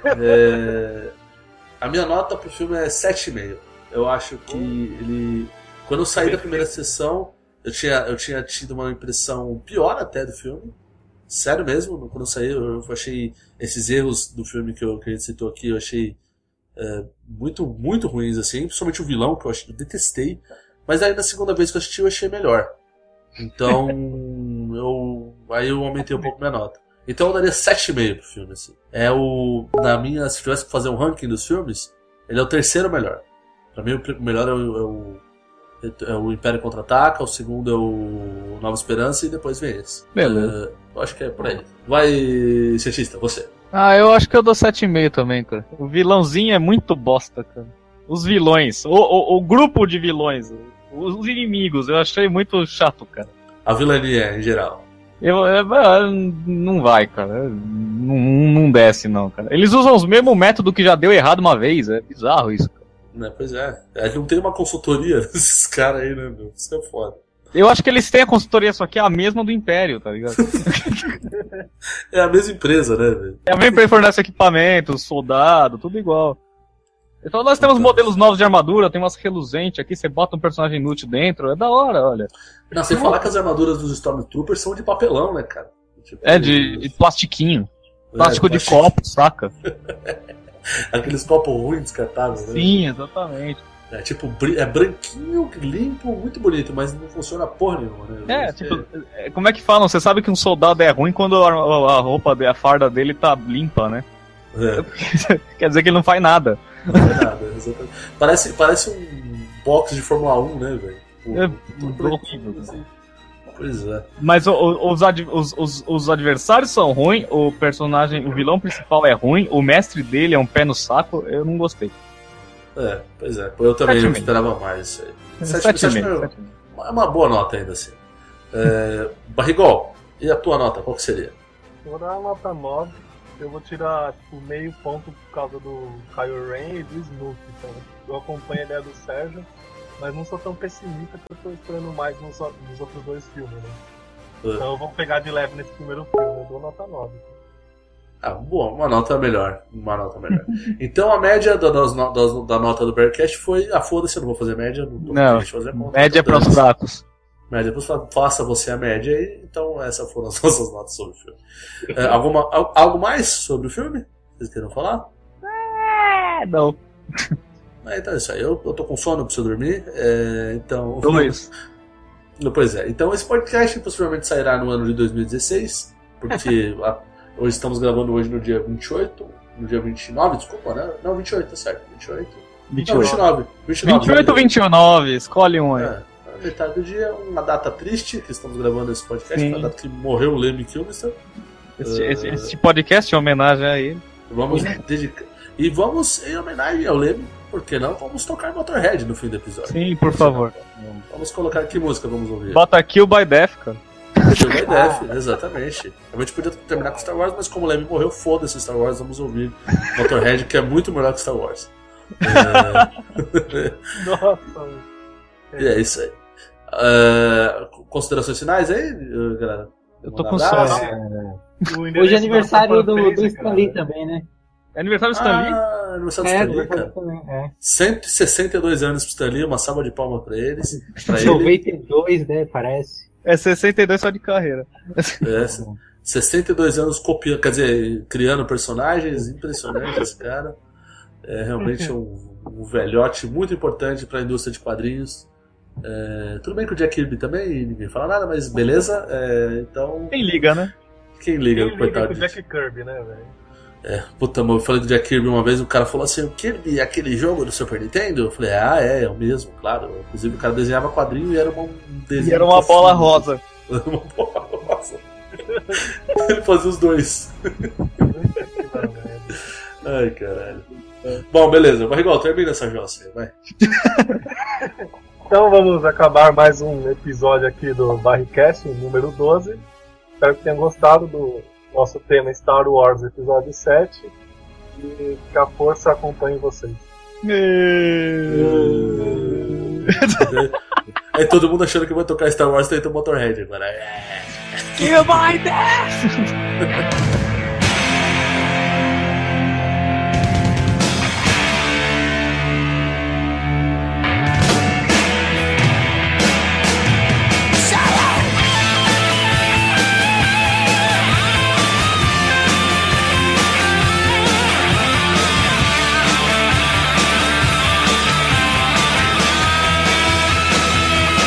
A minha nota pro filme é 7,5. Eu acho que ele... Quando eu saí da primeira sessão, eu tinha tido uma impressão pior até do filme. Sério mesmo, quando eu saí, eu achei esses erros do filme que a gente citou aqui, eu achei muito, muito ruins, assim. Principalmente o vilão, que eu detestei. Mas aí na segunda vez que eu assisti, eu achei melhor. Então, aí eu aumentei um pouco minha nota. Então eu daria 7,5 pro filme, assim. Se tivesse que fazer um ranking dos filmes, ele é o terceiro melhor. Pra mim, o melhor é o Império Contra-Ataca, o segundo é o Nova Esperança e depois vem esse. Beleza. Eu acho que é por aí. Vai, cientista, você. Eu acho que eu dou 7,5 também, cara. O vilãozinho é muito bosta, cara. Os vilões, o grupo de vilões, os inimigos, eu achei muito chato, cara. A vilania, em geral. Não vai, cara. Não desce, não, cara. Eles usam os mesmos métodos que já deu errado uma vez. É bizarro isso, cara. Pois é. Não tem uma consultoria desses caras aí, né, meu? Isso é foda. Eu acho que eles têm a consultoria, só que é a mesma do Império, tá ligado? É a mesma empresa, né, velho? É a mesma empresa que fornece equipamento, soldado, tudo igual. Então nós temos modelos novos de armadura, tem umas reluzentes aqui, você bota um personagem inútil dentro, é da hora, olha. Não, sem falar que as armaduras dos Stormtroopers são de papelão, né, cara? Tipo, de plastiquinho. Plástico de copo, saca? Aqueles copos ruins descartáveis, né? Sim, exatamente. É branquinho, limpo, muito bonito, mas não funciona porra nenhuma, né? Como é que falam? Você sabe que um soldado é ruim quando a roupa, a farda dele tá limpa, né? Quer dizer que ele não faz nada. Não faz nada, exatamente. Parece um box de Fórmula 1, né, velho? Horrível. Assim. Pois é. Mas os adversários são ruins, o vilão principal é ruim, o mestre dele é um pé no saco, eu não gostei. Pois é. Eu também esperava mais isso aí. 7,5. É uma boa nota ainda assim. Barrigol, e a tua nota, qual que seria? Eu vou dar uma nota 9. Eu vou tirar meio ponto por causa do Kylo Ren e do Snoop. Então eu acompanho a ideia do Sérgio, mas não sou tão pessimista que eu tô esperando mais nos outros dois filmes, né? Então eu vou pegar de leve nesse primeiro filme, eu dou nota 9. Boa, uma nota melhor. Então a média da nota do Bearcast foi... foda-se, eu não vou fazer média. Não, média é para os fracos. Média para os fracos. Faça você a média aí. Então essas foram as nossas notas sobre o filme. Algo mais sobre o filme? Vocês queiram falar? Não. Então é isso aí. Eu tô com sono, preciso dormir. Então... 2. Pois é. Então esse podcast possivelmente sairá no ano de 2016. Porque... Hoje estamos gravando hoje no dia 28, no dia 29, desculpa, né? Não, 28, tá certo. 28. Não, 29. 28 ou 29, escolhe um aí. Na metade do dia, uma data triste, que estamos gravando esse podcast, a data que morreu o Lemmy Kilmister. Esse podcast é homenagem a ele. Vamos dedicar. E vamos, em homenagem ao Lemmy, por que não? Vamos tocar Motorhead no fim do episódio. Sim, por favor. Vamos colocar que música vamos ouvir? Bota Kill by Death, cara. Kill by Death, exatamente. A gente podia terminar com Star Wars, mas como o Lemmy morreu, foda-se Star Wars, vamos ouvir Motorhead, que é muito melhor que Star Wars. Nossa. E é isso aí. Considerações finais aí, galera? Eu tô com sono. Hoje é aniversário do Stan Lee também, né? É aniversário do Stan Lee? Aniversário do Stan Lee, cara. 162 anos pro Stan Lee, uma salva de palmas pra eles. 92, né, parece. É 62 só de carreira. 62 anos copiando, quer dizer, criando personagens, impressionante esse cara. É realmente um velhote muito importante pra indústria de quadrinhos. Tudo bem que o Jack Kirby também, ninguém fala nada, mas beleza. Então... Quem liga, né? Quem liga, coitado. Com o Jack Kirby, né, velho? Puta, eu falei do Jack Kirby uma vez, o cara falou assim, o Kirby é aquele jogo do Super Nintendo? Eu falei, é o mesmo, claro. Inclusive o cara desenhava quadrinho e era um desenho. E era uma bola rosa. Uma bola rosa. Ele fazia os dois. Ai, caralho. Bom, beleza. Barrigol, termina essa jossa aí, vai. Então vamos acabar mais um episódio aqui do Barricast, número 12. Espero que tenham gostado do nosso tema Star Wars, episódio 7. E que a força acompanhe vocês. Aí todo mundo achando que vai tocar Star Wars, tá aí o Motorhead agora. Kill my death!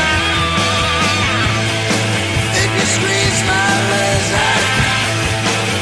If you squeeze my legs out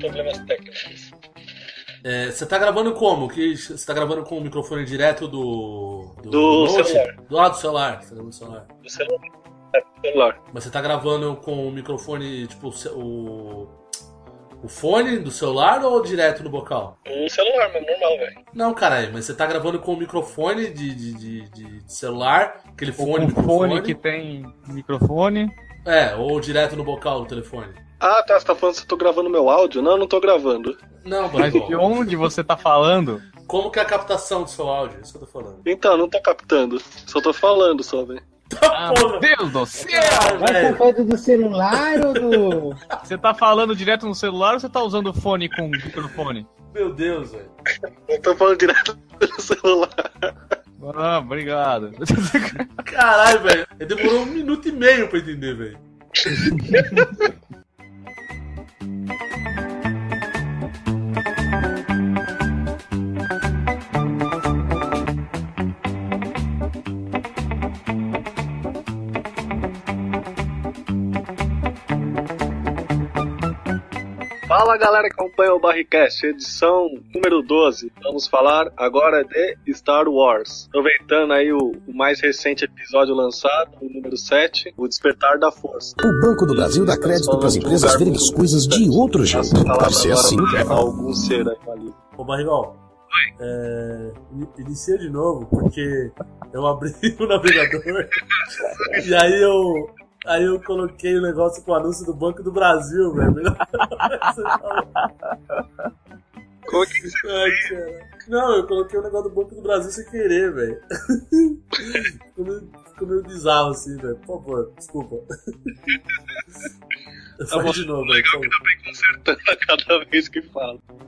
problemas técnicos. Você tá gravando como? Você tá gravando com o microfone direto do celular. Do lado do celular. Você tá gravando do celular. Do celular. Mas você tá gravando com o microfone, tipo, o fone do celular ou direto no bocal? O celular, mas normal, velho. Não, caralho, mas você tá gravando com o microfone de celular, aquele fone. Um fone que tem microfone. Ou direto no bocal do telefone. Ah, tá, você tá falando se eu tô gravando meu áudio? Não, não tô gravando. Não, mas de onde você tá falando? Como que é a captação do seu áudio? Isso que eu tô falando. Então, não tô captando. Só tô falando só, velho. Meu Deus do céu! Mas tá falando do celular ou do... Você tá falando direto no celular ou você tá usando o fone com microfone? Meu Deus, velho. Eu tô falando direto no celular. Ah, obrigado. Caralho, velho. Demorou 1 minuto e meio pra entender, velho. Fala galera que acompanha o Barricast, edição número 12. Vamos falar agora de Star Wars. Aproveitando aí o mais recente episódio lançado, o número 7, o Despertar da Força. O Banco do Brasil dá crédito para as empresas verem as coisas de outro jeito. Deve ser assim. Algum ser aí ali. Ô Barrigol, inicia de novo, porque eu abri o navegador e aí eu coloquei o negócio com o anúncio do Banco do Brasil, velho. Como é que você fez? Não, eu coloquei o negócio do Banco do Brasil sem querer, velho. Ficou meio bizarro assim, velho. Por favor, desculpa. Tá bom, de novo, legal que dá pra ir consertando a cada vez que fala.